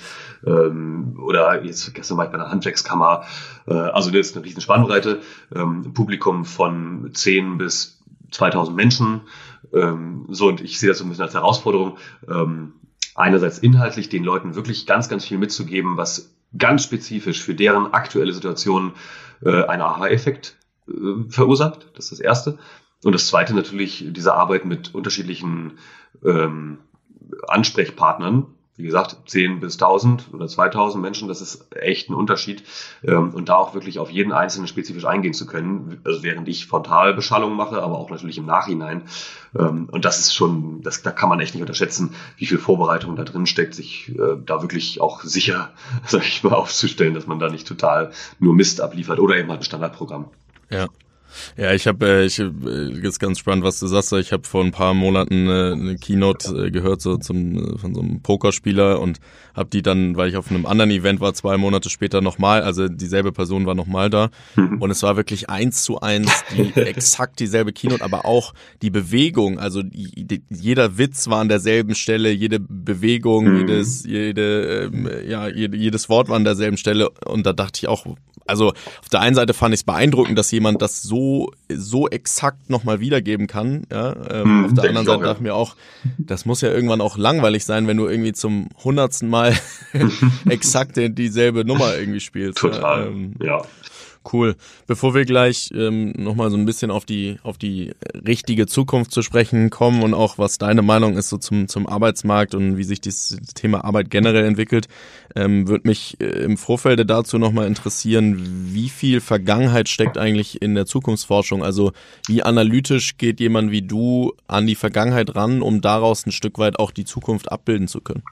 oder jetzt gestern war ich bei einer Handwerkskammer. Also das ist eine riesen Spannbreite. Publikum von zehn bis zweitausend Menschen. So, und ich sehe das so ein bisschen als Herausforderung, einerseits inhaltlich den Leuten wirklich ganz, ganz viel mitzugeben, was ganz spezifisch für deren aktuelle Situation äh, einen Aha-Effekt äh, verursacht. Das ist das Erste. und das Zweite natürlich diese Arbeit mit unterschiedlichen ähm, Ansprechpartnern. Wie gesagt, zehn bis tausend oder zweitausend Menschen, das ist echt ein Unterschied. Und da auch wirklich auf jeden Einzelnen spezifisch eingehen zu können, also während ich Frontalbeschallung mache, aber auch natürlich im Nachhinein. Und das ist schon, das, da kann man echt nicht unterschätzen, wie viel Vorbereitung da drin steckt, sich da wirklich auch sicher, sag ich mal, aufzustellen, dass man da nicht total nur Mist abliefert oder eben halt ein Standardprogramm. Ja. Ja, ich habe, äh, ich äh, ist ganz spannend, was du sagst. Ich habe vor ein paar Monaten äh, eine Keynote äh, gehört so zum äh, von so einem Pokerspieler und habe die dann, weil ich auf einem anderen Event war, zwei Monate später nochmal, also dieselbe Person war nochmal da mhm. und es war wirklich eins zu eins die exakt dieselbe Keynote, aber auch die Bewegung, also die, die, jeder Witz war an derselben Stelle, jede Bewegung, mhm. jedes, jede, ähm, ja, jede, jedes Wort war an derselben Stelle und da dachte ich auch, also auf der einen Seite fand ich es beeindruckend, dass jemand das so so exakt nochmal wiedergeben kann. Ja, ähm, hm, auf der anderen Seite auch, dachte ich mir auch, das muss ja irgendwann auch langweilig sein, wenn du irgendwie zum hundertsten Mal exakt dieselbe Nummer irgendwie spielst. Total, ja. Ähm, ja. Cool. Bevor wir gleich ähm, nochmal so ein bisschen auf die auf die richtige Zukunft zu sprechen kommen und auch was deine Meinung ist so zum zum Arbeitsmarkt und wie sich das Thema Arbeit generell entwickelt, ähm, würde mich äh, im Vorfeld dazu nochmal interessieren, wie viel Vergangenheit steckt eigentlich in der Zukunftsforschung? Also wie analytisch geht jemand wie du an die Vergangenheit ran, um daraus ein Stück weit auch die Zukunft abbilden zu können?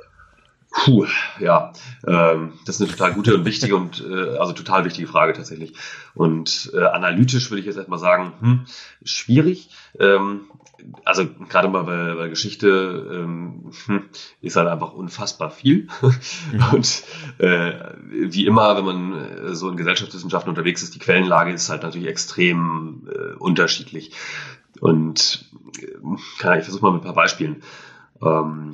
Puh, ja, ähm, das ist eine total gute und wichtige und äh, also total wichtige Frage tatsächlich. Und äh, analytisch würde ich jetzt erstmal sagen, hm, schwierig. Ähm, also gerade mal bei, bei Geschichte ähm, hm, ist halt einfach unfassbar viel. Mhm. Und äh, wie immer, wenn man äh, so in Gesellschaftswissenschaften unterwegs ist, die Quellenlage ist halt natürlich extrem äh, unterschiedlich. Und äh, ich versuche mal mit ein paar Beispielen. Ähm,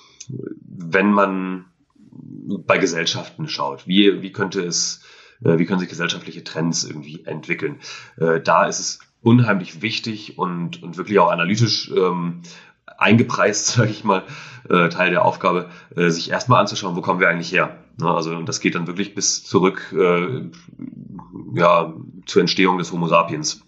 Wenn man bei Gesellschaften schaut, wie, wie könnte es, wie können sich gesellschaftliche Trends irgendwie entwickeln? Da ist es unheimlich wichtig und, und wirklich auch analytisch ähm, eingepreist, sage ich mal, äh, Teil der Aufgabe, äh, sich erstmal anzuschauen, wo kommen wir eigentlich her? Na, also und das geht dann wirklich bis zurück äh, ja, zur Entstehung des Homo sapiens.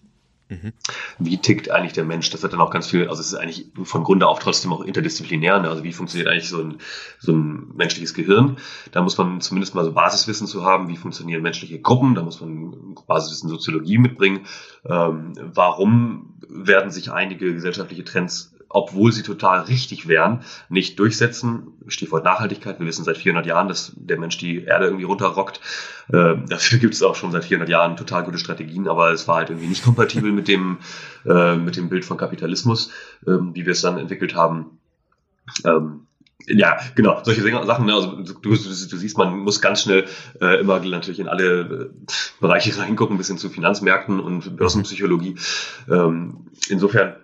Wie tickt eigentlich der Mensch? Das wird dann auch ganz viel, also es ist eigentlich von Grunde auf trotzdem auch interdisziplinär. Ne? Also wie funktioniert eigentlich so ein, so ein menschliches Gehirn? Da muss man zumindest mal so Basiswissen zu haben. Wie funktionieren menschliche Gruppen? Da muss man Basiswissen Soziologie mitbringen. Ähm, warum werden sich einige gesellschaftliche Trends, obwohl sie total richtig wären, nicht durchsetzen? Stichwort Nachhaltigkeit. Wir wissen seit vierhundert Jahren, dass der Mensch die Erde irgendwie runterrockt. Äh, dafür gibt es auch schon seit vierhundert Jahren total gute Strategien, aber es war halt irgendwie nicht kompatibel mit dem, äh, mit dem Bild von Kapitalismus, äh, wie wir es dann entwickelt haben. Ähm, ja, genau, solche Sachen. Ne? Also du, du, du siehst, man muss ganz schnell äh, immer natürlich in alle äh, Bereiche reingucken, bis hin zu Finanzmärkten und Börsenpsychologie. Ähm, insofern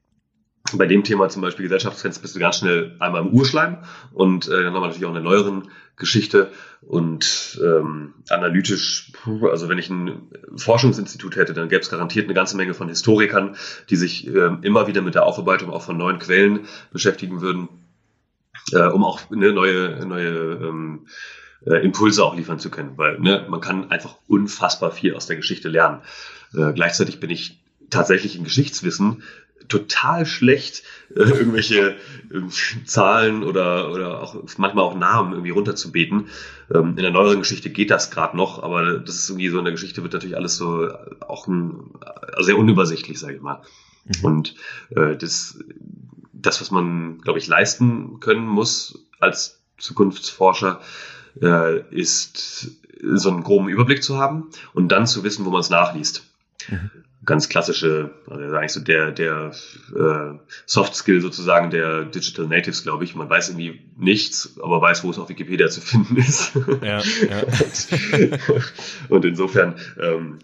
bei dem Thema zum Beispiel Gesellschaftstrends bist du ganz schnell einmal im Urschleim und äh, dann haben wir natürlich auch eine neueren Geschichte und ähm, analytisch, also wenn ich ein Forschungsinstitut hätte, dann gäbe es garantiert eine ganze Menge von Historikern, die sich äh, immer wieder mit der Aufarbeitung auch von neuen Quellen beschäftigen würden, äh, um auch eine neue, neue ähm, äh, Impulse auch liefern zu können, weil ne, man kann einfach unfassbar viel aus der Geschichte lernen. Äh, gleichzeitig bin ich tatsächlich im Geschichtswissen total schlecht, äh, irgendwelche äh, Zahlen oder oder auch manchmal auch Namen irgendwie runterzubeten. Ähm, in der neueren Geschichte geht das gerade noch, aber das ist irgendwie so, in der Geschichte wird natürlich alles so auch ein, also sehr unübersichtlich, sage ich mal. Mhm. Und äh, das, das, was man, glaube ich, leisten können muss als Zukunftsforscher, äh, ist so einen groben Überblick zu haben und dann zu wissen, wo man es nachliest. Mhm. Ganz klassische, also eigentlich so der der äh, Soft Skill sozusagen der Digital Natives, glaube ich. Man weiß irgendwie nichts, aber weiß, wo es auf Wikipedia zu finden ist. Ja, ja. Und insofern, ähm,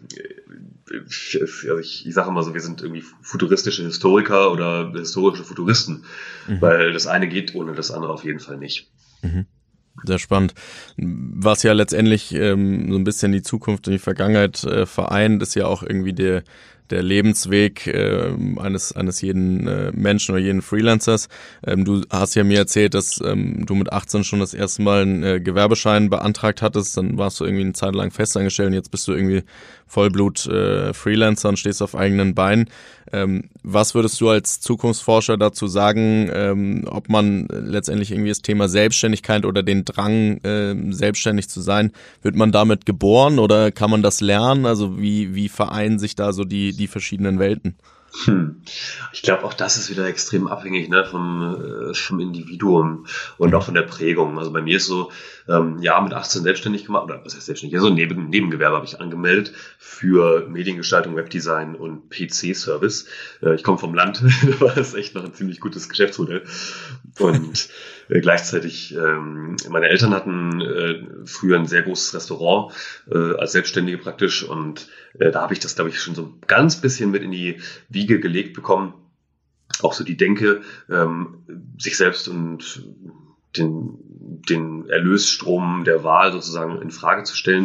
also ich, ich sage immer so, wir sind irgendwie futuristische Historiker oder historische Futuristen, mhm. weil das eine geht ohne das andere auf jeden Fall nicht. Mhm. Sehr spannend. Was ja letztendlich ähm, so ein bisschen die Zukunft und die Vergangenheit äh, vereint, ist ja auch irgendwie der der Lebensweg äh, eines eines jeden äh, Menschen oder jeden Freelancers. Ähm, du hast ja mir erzählt, dass ähm, du mit achtzehn schon das erste Mal einen äh, Gewerbeschein beantragt hattest. Dann warst du irgendwie eine Zeit lang festangestellt und jetzt bist du irgendwie Vollblut äh, Freelancer und stehst auf eigenen Beinen. Ähm, was würdest du als Zukunftsforscher dazu sagen, ähm, ob man letztendlich irgendwie das Thema Selbstständigkeit oder den Drang, äh, selbstständig zu sein, wird man damit geboren oder kann man das lernen? Also wie, wie vereinen sich da so die, die verschiedenen Welten? Hm. Ich glaube, auch das ist wieder extrem abhängig, ne, vom, äh, vom Individuum und auch von der Prägung. Also bei mir ist so, ähm, ja, mit achtzehn selbstständig gemacht, oder was heißt selbstständig? Ja, so ein Neben, Nebengewerbe habe ich angemeldet für Mediengestaltung, Webdesign und P C-Service. Äh, ich komme vom Land, da war das echt noch ein ziemlich gutes Geschäftsmodell. Und äh, gleichzeitig, ähm, meine Eltern hatten äh, früher ein sehr großes Restaurant äh, als Selbstständige praktisch und äh, da habe ich das, glaube ich, schon so ein ganz bisschen mit in die Wiege gelegt bekommen. Auch so die Denke, ähm, sich selbst und den, den Erlösstrom der Wahl sozusagen in Frage zu stellen.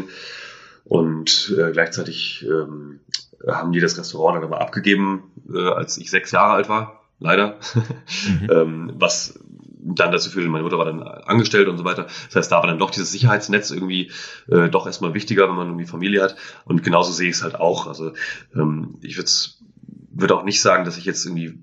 Und äh, gleichzeitig ähm, haben die das Restaurant dann aber abgegeben, äh, als ich sechs Jahre alt war, leider. Mhm. ähm, was dann dazu führte, meine Mutter war dann angestellt und so weiter. Das heißt, da war dann doch dieses Sicherheitsnetz irgendwie äh, doch erstmal wichtiger, wenn man irgendwie Familie hat. Und genauso sehe ich es halt auch. Also ähm, ich würde würde auch nicht sagen, dass ich jetzt irgendwie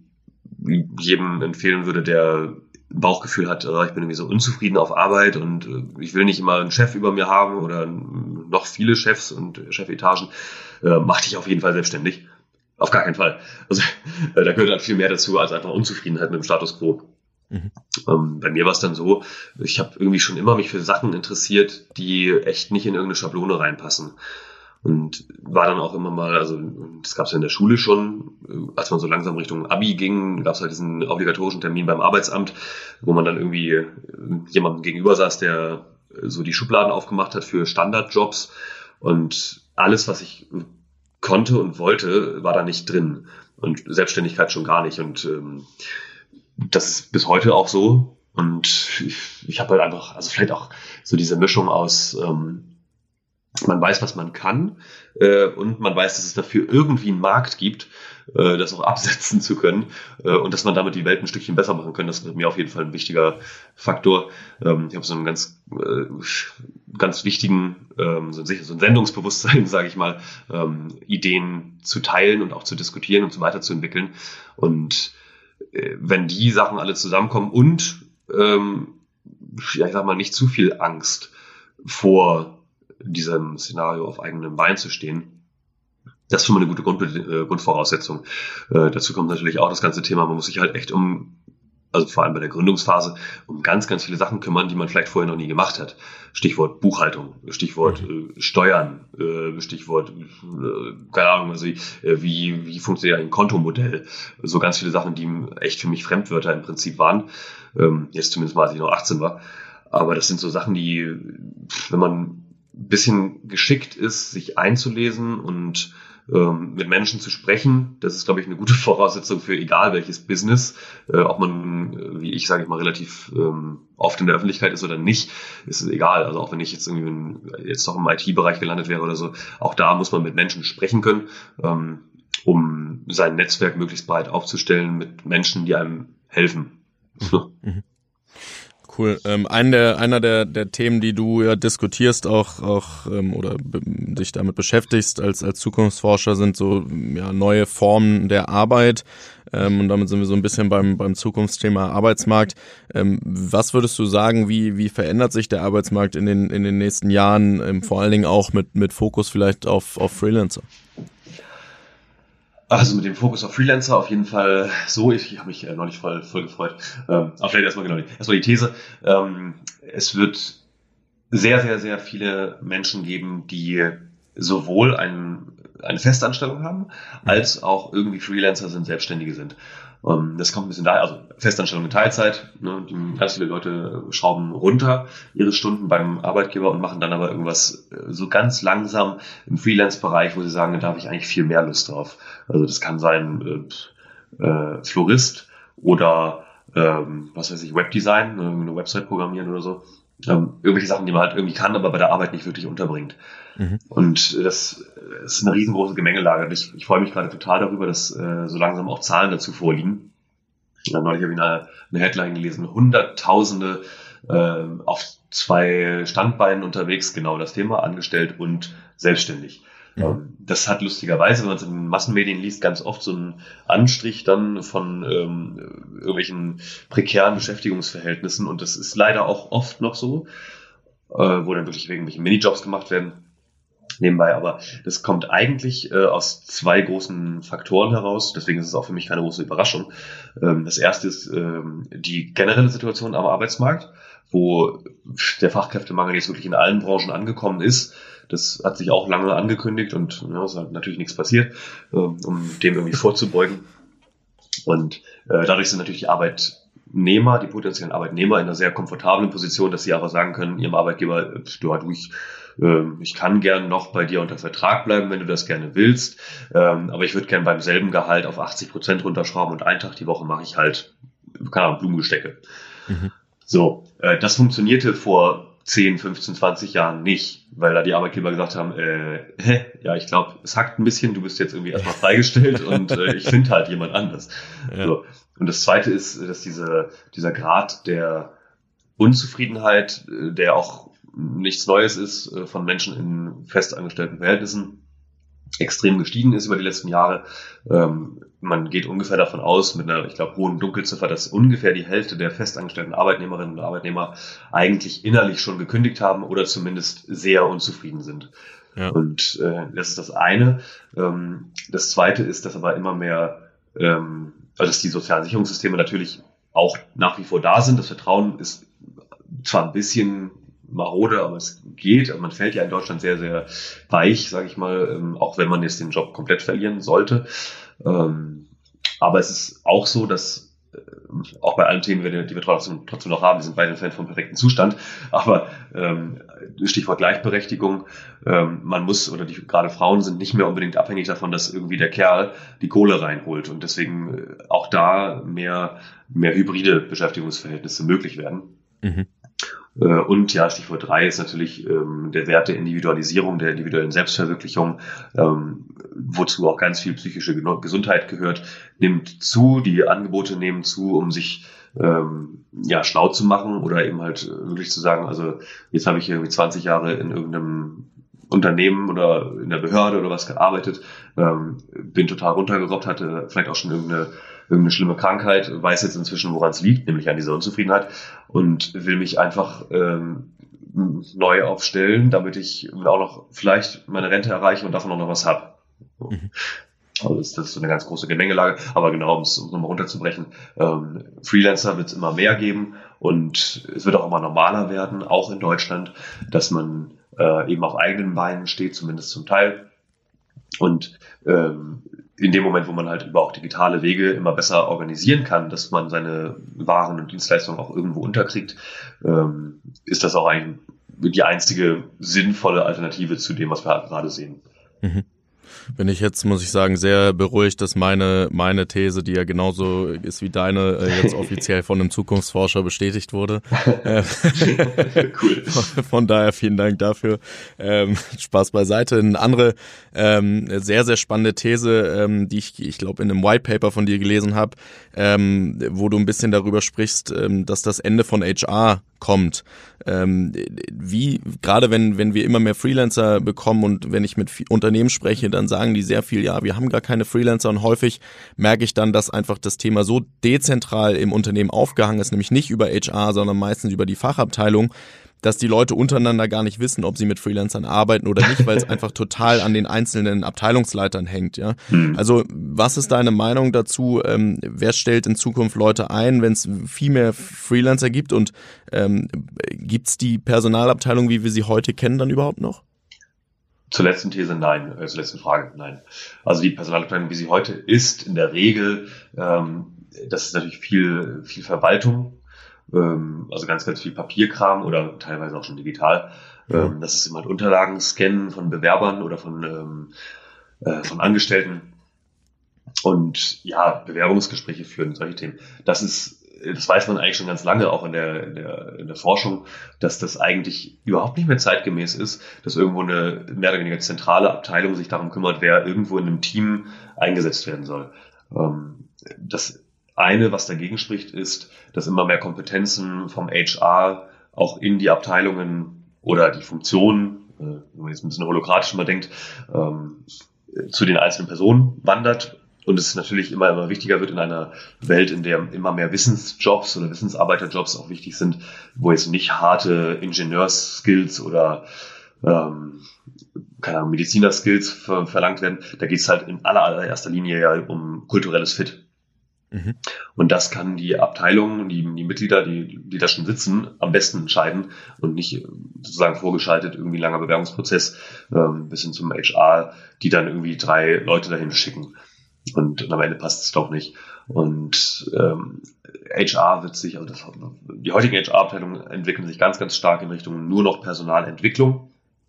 jedem empfehlen würde, der ein Bauchgefühl hat, äh, ich bin irgendwie so unzufrieden auf Arbeit und äh, ich will nicht immer einen Chef über mir haben oder noch viele Chefs und Chefetagen. Äh, mach dich auf jeden Fall selbstständig. Auf gar keinen Fall. Also äh, da gehört halt viel mehr dazu als einfach Unzufriedenheit mit dem Status quo. Mhm. Ähm, bei mir war es dann so, ich habe irgendwie schon immer mich für Sachen interessiert, die echt nicht in irgendeine Schablone reinpassen. Und war dann auch immer mal, also das gab es ja in der Schule schon, als man so langsam Richtung Abi ging, gab es halt diesen obligatorischen Termin beim Arbeitsamt, wo man dann irgendwie jemandem gegenüber saß, der so die Schubladen aufgemacht hat für Standardjobs. Und alles, was ich konnte und wollte, war da nicht drin. Und Selbstständigkeit schon gar nicht. Und ähm, das ist bis heute auch so. Und ich, ich habe halt einfach, also vielleicht auch so diese Mischung aus ähm, man weiß, was man kann äh, und man weiß, dass es dafür irgendwie einen Markt gibt, äh, das auch absetzen zu können äh, und dass man damit die Welt ein Stückchen besser machen kann. Das ist mir auf jeden Fall ein wichtiger Faktor. Ähm, ich habe so einen ganz äh, ganz wichtigen, ähm, so, ein, so ein Sendungsbewusstsein, sage ich mal, ähm, Ideen zu teilen und auch zu diskutieren und so weiterzuentwickeln. Und äh, wenn die Sachen alle zusammenkommen und ähm, ja, ich sag mal, nicht zu viel Angst vor diesem Szenario auf eigenem Bein zu stehen. Das ist schon mal eine gute Grund, äh, Grundvoraussetzung. Äh, dazu kommt natürlich auch das ganze Thema, man muss sich halt echt um, also vor allem bei der Gründungsphase, um ganz, ganz viele Sachen kümmern, die man vielleicht vorher noch nie gemacht hat. Stichwort Buchhaltung, Stichwort äh, Steuern, äh, Stichwort, äh, keine Ahnung, also wie, wie, wie funktioniert ein Kontomodell. So ganz viele Sachen, die echt für mich Fremdwörter im Prinzip waren. Ähm, jetzt zumindest mal, als ich noch achtzehn war. Aber das sind so Sachen, die, wenn man bisschen geschickt ist, sich einzulesen und ähm, mit Menschen zu sprechen. Das ist, glaube ich, eine gute Voraussetzung für egal welches Business. Äh, ob man, wie ich, sage ich mal, relativ ähm, oft in der Öffentlichkeit ist oder nicht, ist es egal. Also auch wenn ich jetzt irgendwie in, jetzt doch im I T-Bereich gelandet wäre oder so, auch da muss man mit Menschen sprechen können, ähm, um sein Netzwerk möglichst breit aufzustellen mit Menschen, die einem helfen. Mhm. Cool. Ähm, ein der, einer der, der Themen, die du ja diskutierst, auch, auch ähm, oder be- dich damit beschäftigst als, als Zukunftsforscher, sind so ja, neue Formen der Arbeit. Ähm, und damit sind wir so ein bisschen beim, beim Zukunftsthema Arbeitsmarkt. Ähm, was würdest du sagen, wie, wie verändert sich der Arbeitsmarkt in den, in den nächsten Jahren, ähm, vor allen Dingen auch mit, mit Fokus vielleicht auf, auf Freelancer? Also mit dem Fokus auf Freelancer auf jeden Fall so, ich, ich habe mich äh, neulich voll, voll gefreut. Ähm, aber vielleicht erstmal genau, erstmal die These. Ähm, es wird sehr, sehr, sehr viele Menschen geben, die sowohl ein, eine Festanstellung haben, als auch irgendwie Freelancer sind, Selbstständige sind. Ähm, das kommt ein bisschen daher, also Festanstellung in Teilzeit, ne, die, ganz viele Leute schrauben runter ihre Stunden beim Arbeitgeber und machen dann aber irgendwas äh, so ganz langsam im Freelance-Bereich, wo sie sagen, da habe ich eigentlich viel mehr Lust drauf. Also das kann sein äh, äh, Florist oder ähm, was weiß ich, Webdesign, eine Website programmieren oder so. ähm, irgendwelche Sachen, die man halt irgendwie kann, aber bei der Arbeit nicht wirklich unterbringt. Mhm. Und das ist eine riesengroße Gemengelage. Ich, ich freue mich gerade total darüber, dass äh, so langsam auch Zahlen dazu vorliegen. Ja, neulich habe ich eine, eine Headline gelesen, Hunderttausende äh, auf zwei Standbeinen unterwegs, genau das Thema, angestellt und selbstständig. Mhm. Das hat lustigerweise, wenn man es in den Massenmedien liest, ganz oft so einen Anstrich dann von ähm, irgendwelchen prekären Beschäftigungsverhältnissen, und das ist leider auch oft noch so, äh, wo dann wirklich irgendwelche Minijobs gemacht werden nebenbei, aber das kommt eigentlich äh, aus zwei großen Faktoren heraus, deswegen ist es auch für mich keine große Überraschung. Ähm, das erste ist ähm, die generelle Situation am Arbeitsmarkt, wo der Fachkräftemangel jetzt wirklich in allen Branchen angekommen ist. Das hat sich auch lange angekündigt und ja, es ist halt natürlich nichts passiert, ähm, um dem irgendwie vorzubeugen. Und äh, dadurch sind natürlich die Arbeitnehmer, die potenziellen Arbeitnehmer in einer sehr komfortablen Position, dass sie aber sagen können, ihrem Arbeitgeber, du, du ich, äh, ich kann gern noch bei dir unter Vertrag bleiben, wenn du das gerne willst, ähm, aber ich würde gern beim selben Gehalt auf achtzig Prozent runterschrauben und einen Tag die Woche mache ich halt, keine Ahnung, Blumengestecke. Mhm. So, äh, das funktionierte vor zehn, fünfzehn, zwanzig Jahren nicht, weil da die Arbeitgeber gesagt haben, äh, hä, ja, ich glaube, es hackt ein bisschen, du bist jetzt irgendwie erstmal freigestellt und äh, ich finde halt jemand anders. Ja. So. Und das Zweite ist, dass diese, dieser Grad der Unzufriedenheit, der auch nichts Neues ist, von Menschen in festangestellten Verhältnissen, extrem gestiegen ist über die letzten Jahre. Ähm, man geht ungefähr davon aus, mit einer, ich glaube, hohen Dunkelziffer, dass ungefähr die Hälfte der festangestellten Arbeitnehmerinnen und Arbeitnehmer eigentlich innerlich schon gekündigt haben oder zumindest sehr unzufrieden sind. Ja. Und äh, das ist das eine. Ähm, das zweite ist, dass aber immer mehr, ähm, also dass die sozialen Sicherungssysteme natürlich auch nach wie vor da sind. Das Vertrauen ist zwar ein bisschen marode, aber es geht. Also man fällt ja in Deutschland sehr, sehr weich, sage ich mal, ähm, auch wenn man jetzt den Job komplett verlieren sollte. Ähm, aber es ist auch so, dass äh, auch bei allen Themen, die wir, die wir trotzdem, trotzdem noch haben, wir sind beide ein Fan vom perfekten Zustand, aber ähm, Stichwort Gleichberechtigung, ähm, man muss, oder die, gerade Frauen sind nicht mehr unbedingt abhängig davon, dass irgendwie der Kerl die Kohle reinholt, und deswegen äh, auch da mehr, mehr hybride Beschäftigungsverhältnisse möglich werden. Mhm. Und ja, Stichwort drei ist natürlich ähm, der Wert der Individualisierung, der individuellen Selbstverwirklichung, ähm, wozu auch ganz viel psychische Gesundheit gehört, nimmt zu, die Angebote nehmen zu, um sich ähm, ja schlau zu machen oder eben halt wirklich zu sagen, also jetzt habe ich irgendwie zwanzig Jahre in irgendeinem Unternehmen oder in der Behörde oder was gearbeitet, ähm, bin total runtergerobbt, hatte vielleicht auch schon irgendeine irgendeine schlimme Krankheit, weiß jetzt inzwischen, woran es liegt, nämlich an dieser Unzufriedenheit, und will mich einfach ähm, neu aufstellen, damit ich auch noch vielleicht meine Rente erreiche und davon auch noch was habe. Mhm. Also das, das ist so eine ganz große Gemengelage, aber genau, um es nochmal runterzubrechen, ähm, Freelancer wird es immer mehr geben, und es wird auch immer normaler werden, auch in Deutschland, dass man äh, eben auf eigenen Beinen steht, zumindest zum Teil. Und ähm, in dem Moment, wo man halt über auch digitale Wege immer besser organisieren kann, dass man seine Waren und Dienstleistungen auch irgendwo unterkriegt, ähm, ist das auch eigentlich die einzige sinnvolle Alternative zu dem, was wir halt gerade sehen. Mhm. Bin ich jetzt, muss ich sagen, sehr beruhigt, dass meine meine These, die ja genauso ist wie deine, jetzt offiziell von einem Zukunftsforscher bestätigt wurde. Cool. Von daher vielen Dank dafür. Ähm, Spaß beiseite. Eine andere ähm, sehr, sehr spannende These, ähm, die ich, ich glaube, in einem White Paper von dir gelesen habe, ähm, wo du ein bisschen darüber sprichst, ähm, dass das Ende von H R kommt. Ähm, wie, gerade wenn, wenn wir immer mehr Freelancer bekommen und wenn ich mit Unternehmen spreche, dann sagen die sehr viel, ja, wir haben gar keine Freelancer, und häufig merke ich dann, dass einfach das Thema so dezentral im Unternehmen aufgehangen ist, nämlich nicht über H R, sondern meistens über die Fachabteilung, dass die Leute untereinander gar nicht wissen, ob sie mit Freelancern arbeiten oder nicht, weil es einfach total an den einzelnen Abteilungsleitern hängt. Ja, also was ist deine Meinung dazu? Ähm, wer stellt in Zukunft Leute ein, wenn es viel mehr Freelancer gibt, und ähm, gibt es die Personalabteilung, wie wir sie heute kennen, dann überhaupt noch? Zur letzten These nein, äh, zur letzten Frage nein. Also die Personalabteilung, wie sie heute ist, in der Regel, ähm, das ist natürlich viel, viel Verwaltung. Also ganz, ganz viel Papierkram oder teilweise auch schon digital. Ja. Das ist immer halt Unterlagen scannen von Bewerbern oder von, ähm, äh, von Angestellten und ja, Bewerbungsgespräche führen, solche Themen. Das ist das weiß man eigentlich schon ganz lange, auch in der, in der, in der Forschung, dass das eigentlich überhaupt nicht mehr zeitgemäß ist, dass irgendwo eine mehr oder weniger zentrale Abteilung sich darum kümmert, wer irgendwo in einem Team eingesetzt werden soll. Das eine, was dagegen spricht, ist, dass immer mehr Kompetenzen vom H R auch in die Abteilungen oder die Funktionen, wenn man jetzt ein bisschen holokratisch mal denkt, zu den einzelnen Personen wandert. Und es natürlich immer, immer wichtiger wird in einer Welt, in der immer mehr Wissensjobs oder Wissensarbeiterjobs auch wichtig sind, wo jetzt nicht harte Ingenieurs-Skills oder ähm, keine Ahnung, Mediziner-Skills ver- verlangt werden. Da geht es halt in aller, allererster Linie ja um kulturelles Fit. Mhm. Und das kann die Abteilung, die, die Mitglieder, die, die da schon sitzen, am besten entscheiden und nicht sozusagen vorgeschaltet irgendwie ein langer Bewerbungsprozess ähm, bis hin zum H R, die dann irgendwie drei Leute dahin schicken. Und, und am Ende passt es doch nicht. Und ähm, H R wird sich, also das, die heutigen H R-Abteilungen entwickeln sich ganz, ganz stark in Richtung nur noch Personalentwicklung.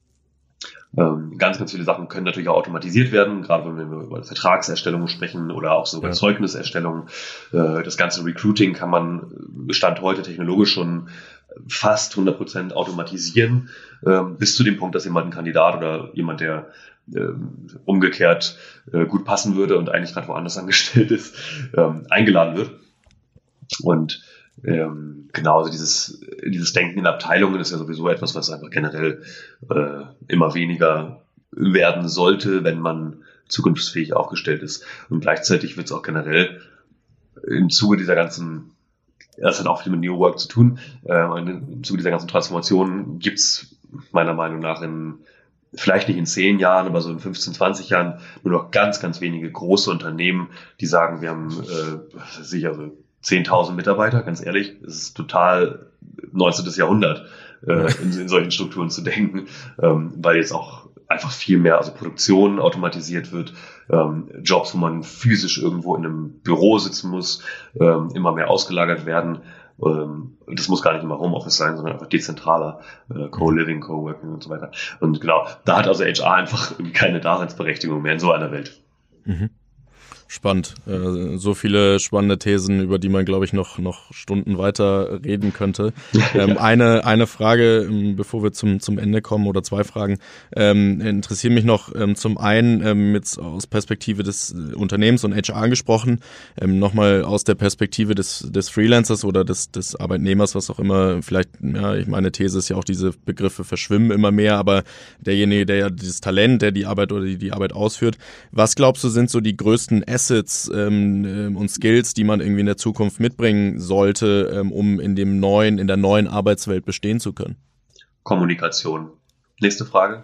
Ähm, ganz, ganz viele Sachen können natürlich auch automatisiert werden, gerade wenn wir über Vertragserstellung sprechen oder auch sogar ja. Zeugniserstellung. Äh, das ganze Recruiting kann man Stand heute technologisch schon fast hundert Prozent automatisieren, äh, bis zu dem Punkt, dass jemand ein Kandidat oder jemand, der äh, umgekehrt äh, gut passen würde und eigentlich gerade woanders angestellt ist, ähm, eingeladen wird. Und ähm, genau, also dieses, dieses Denken in Abteilungen ist ja sowieso etwas, was einfach generell äh, immer weniger werden sollte, wenn man zukunftsfähig aufgestellt ist. Und gleichzeitig wird es auch generell im Zuge dieser ganzen, das hat auch viel mit New Work zu tun, äh, im Zuge dieser ganzen Transformation gibt es meiner Meinung nach in vielleicht nicht in zehn Jahren, aber so in fünfzehn, zwanzig Jahren nur noch ganz, ganz wenige große Unternehmen, die sagen, wir haben äh, sicher so zehntausend Mitarbeiter, ganz ehrlich, es ist total neunzehnten. Jahrhundert, äh, in, in solchen Strukturen zu denken, ähm, weil jetzt auch einfach viel mehr, also Produktion automatisiert wird, ähm, Jobs, wo man physisch irgendwo in einem Büro sitzen muss, ähm, immer mehr ausgelagert werden. Ähm, das muss gar nicht immer Homeoffice sein, sondern einfach dezentraler, äh, Co-Living, Co-Working und so weiter. Und genau, da hat also H R einfach keine Daseinsberechtigung mehr in so einer Welt. Mhm. Spannend. So viele spannende Thesen, über die man, glaube ich, noch noch Stunden weiter reden könnte. Ja. Ähm, eine eine Frage, bevor wir zum zum Ende kommen, oder zwei Fragen, ähm, interessieren mich noch. Ähm, zum einen ähm, jetzt aus Perspektive des Unternehmens und H R gesprochen, ähm, nochmal aus der Perspektive des des Freelancers oder des des Arbeitnehmers, was auch immer. Vielleicht, ja, ich meine These ist ja auch, diese Begriffe verschwimmen immer mehr, aber derjenige, der ja dieses Talent, der die Arbeit oder die die Arbeit ausführt, was glaubst du, sind so die größten Assets ähm, und Skills, die man irgendwie in der Zukunft mitbringen sollte, ähm, um in dem neuen, in der neuen Arbeitswelt bestehen zu können? Kommunikation. Nächste Frage.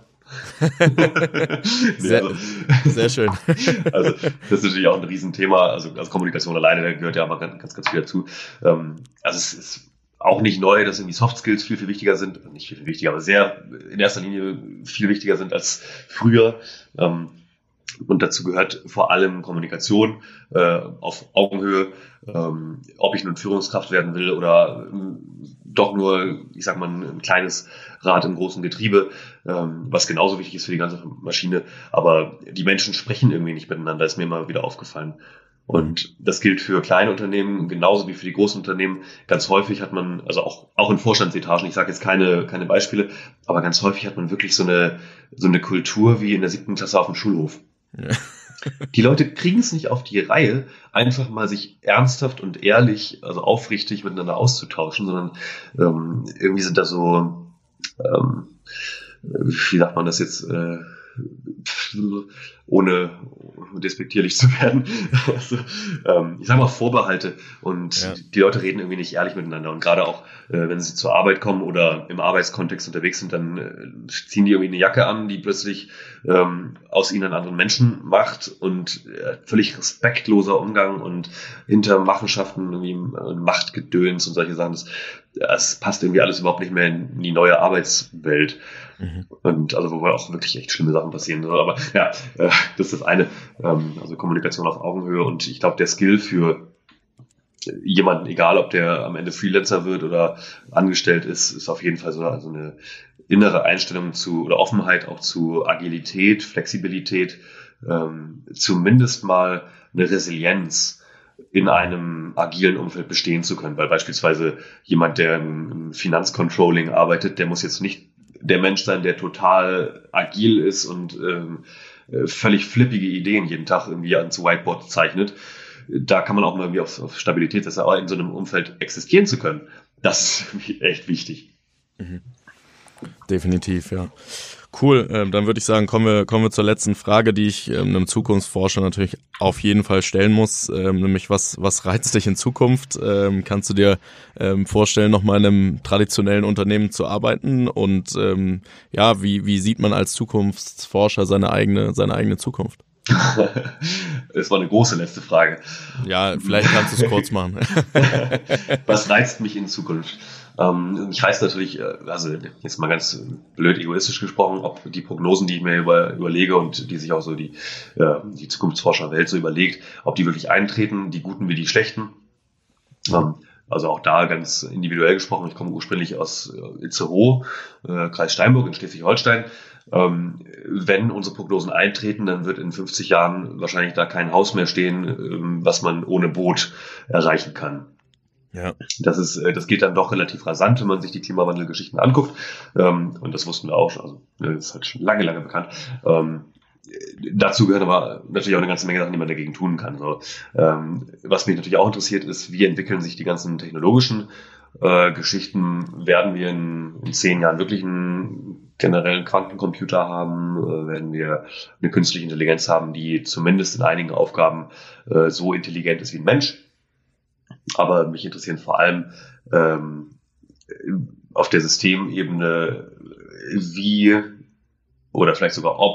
sehr, also, sehr schön. Also das ist natürlich auch ein Riesenthema. Also, also Kommunikation alleine, da gehört ja aber ganz, ganz, ganz viel dazu. Ähm, also es ist auch nicht neu, dass irgendwie Soft Skills viel, viel wichtiger sind. Nicht viel, viel wichtiger, aber sehr in erster Linie viel wichtiger sind als früher. Ähm, Und dazu gehört vor allem Kommunikation äh, auf Augenhöhe, ähm, ob ich nun Führungskraft werden will oder ähm, doch nur, ich sag mal, ein kleines Rad im großen Getriebe, ähm, was genauso wichtig ist für die ganze Maschine. Aber die Menschen sprechen irgendwie nicht miteinander, ist mir immer wieder aufgefallen. Und das gilt für kleine Unternehmen genauso wie für die großen Unternehmen. Ganz häufig hat man, also auch auch in Vorstandsetagen, ich sage jetzt keine keine Beispiele, aber ganz häufig hat man wirklich so eine so eine Kultur wie in der siebten Klasse auf dem Schulhof. Ja. Die Leute kriegen es nicht auf die Reihe, einfach mal sich ernsthaft und ehrlich, also aufrichtig miteinander auszutauschen, sondern ähm, irgendwie sind da so, ähm, wie sagt man das jetzt, äh, ohne despektierlich zu werden, also, ähm, ich sage mal Vorbehalte, und ja. Die Leute reden irgendwie nicht ehrlich miteinander, und gerade auch, äh, wenn sie zur Arbeit kommen oder im Arbeitskontext unterwegs sind, dann äh, ziehen die irgendwie eine Jacke an, die plötzlich ähm, aus ihnen einen anderen Menschen macht, und äh, völlig respektloser Umgang und hinter Machenschaften irgendwie äh, Machtgedöns und solche Sachen, das, das passt irgendwie alles überhaupt nicht mehr in die neue Arbeitswelt. Mhm. Und also, wo auch wirklich echt schlimme Sachen passieren. Aber ja, äh, das ist das eine. Ähm, also Kommunikation auf Augenhöhe. Und ich glaube, der Skill für jemanden, egal ob der am Ende Freelancer wird oder angestellt ist, ist auf jeden Fall so also eine innere Einstellung zu oder Offenheit auch zu Agilität, Flexibilität, ähm, zumindest mal eine Resilienz in einem agilen Umfeld bestehen zu können. Weil beispielsweise jemand, der im Finanzcontrolling arbeitet, der muss jetzt nicht der Mensch sein, der total agil ist und ähm, völlig flippige Ideen jeden Tag irgendwie ans Whiteboard zeichnet. Da kann man auch mal irgendwie auf, auf Stabilität setzen, aber in so einem Umfeld existieren zu können, das ist irgendwie echt wichtig. Mhm. Definitiv, ja. Cool, ähm, dann würde ich sagen, kommen wir kommen wir zur letzten Frage, die ich ähm, einem Zukunftsforscher natürlich auf jeden Fall stellen muss, ähm, nämlich was was reizt dich in Zukunft? Ähm, kannst du dir ähm, vorstellen, noch mal in einem traditionellen Unternehmen zu arbeiten? Und ähm, ja, wie wie sieht man als Zukunftsforscher seine eigene seine eigene Zukunft? Das war eine große letzte Frage. Ja, vielleicht kannst du es kurz machen. Was reizt mich in Zukunft? Ähm, mich reizt natürlich, also jetzt mal ganz blöd egoistisch gesprochen, ob die Prognosen, die ich mir über, überlege und die sich auch so die, äh, die Zukunftsforscherwelt so überlegt, ob die wirklich eintreten, die guten wie die schlechten. Ähm, also auch da ganz individuell gesprochen, ich komme ursprünglich aus Itzehoe, äh, Kreis Steinburg in Schleswig-Holstein. Ähm, wenn unsere Prognosen eintreten, dann wird in fünfzig Jahren wahrscheinlich da kein Haus mehr stehen, ähm, was man ohne Boot erreichen kann. Ja. Das ist, das geht dann doch relativ rasant, wenn man sich die Klimawandelgeschichten anguckt. Ähm, und das wussten wir auch schon. Also, das ist halt schon lange, lange bekannt. Ähm, dazu gehören aber natürlich auch eine ganze Menge Sachen, die man dagegen tun kann. So, ähm, was mich natürlich auch interessiert, ist, wie entwickeln sich die ganzen technologischen äh, Geschichten? Werden wir in, in zehn Jahren wirklich einen generellen Quantencomputer haben? Äh, werden wir eine künstliche Intelligenz haben, die zumindest in einigen Aufgaben äh, so intelligent ist wie ein Mensch? Aber mich interessieren vor allem ähm, auf der Systemebene, wie oder vielleicht sogar ob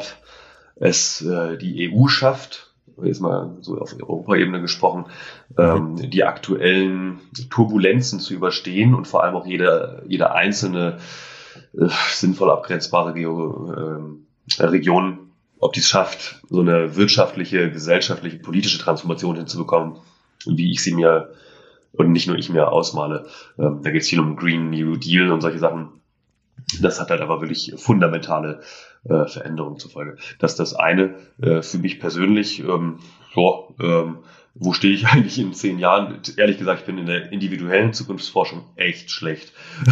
es äh, die E U schafft, jetzt mal so auf Europaebene gesprochen, ähm, die aktuellen Turbulenzen zu überstehen und vor allem auch jede, jede einzelne äh, sinnvoll abgrenzbare Geo, äh, Region, ob die es schafft, so eine wirtschaftliche, gesellschaftliche, politische Transformation hinzubekommen, wie ich sie mir und nicht nur ich mir ausmale. Ähm, da geht es viel um Green New Deal und solche Sachen. Das hat halt aber wirklich fundamentale äh, Veränderungen zur Folge. Das ist das eine. Äh, für mich persönlich, ähm, so, ähm, wo stehe ich eigentlich in zehn Jahren? Ehrlich gesagt, ich bin in der individuellen Zukunftsforschung echt schlecht.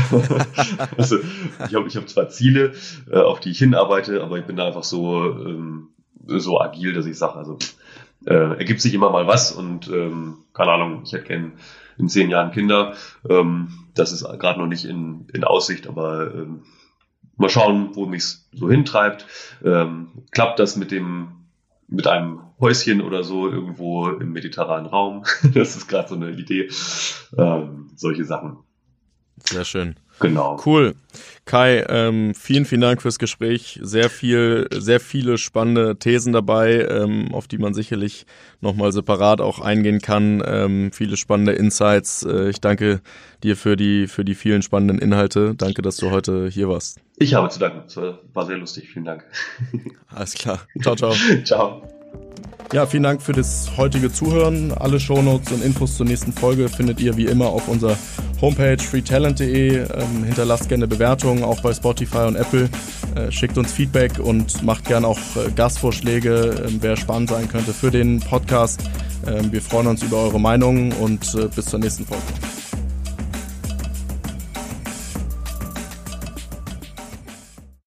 Also ich habe ich hab zwar Ziele, äh, auf die ich hinarbeite, aber ich bin da einfach so, ähm, so agil, dass ich sage, also äh, ergibt sich immer mal was und ähm, keine Ahnung, ich hätte gern in zehn Jahren Kinder. Ähm, das ist gerade noch nicht in, in Aussicht, aber ähm, mal schauen, wo mich's so hintreibt. Ähm, klappt das mit dem mit einem Häuschen oder so irgendwo im mediterranen Raum? Das ist gerade so eine Idee. Ähm, solche Sachen. Sehr schön. Genau. Cool. Kai, ähm, vielen, vielen Dank fürs Gespräch. Sehr viel, sehr viele spannende Thesen dabei, ähm, auf die man sicherlich nochmal separat auch eingehen kann. Ähm, viele spannende Insights. Äh, ich danke dir für die, für die vielen spannenden Inhalte. Danke, dass du heute hier warst. Ich habe zu danken. Es war sehr lustig. Vielen Dank. Alles klar. Ciao, ciao. Ciao. Ja, vielen Dank für das heutige Zuhören. Alle Shownotes und Infos zur nächsten Folge findet ihr wie immer auf unserer Homepage free talent punkt de. Ähm, hinterlasst gerne Bewertungen, auch bei Spotify und Apple. Äh, schickt uns Feedback und macht gerne auch äh, Gastvorschläge, äh, wer spannend sein könnte für den Podcast. Äh, wir freuen uns über eure Meinungen und äh, bis zur nächsten Folge.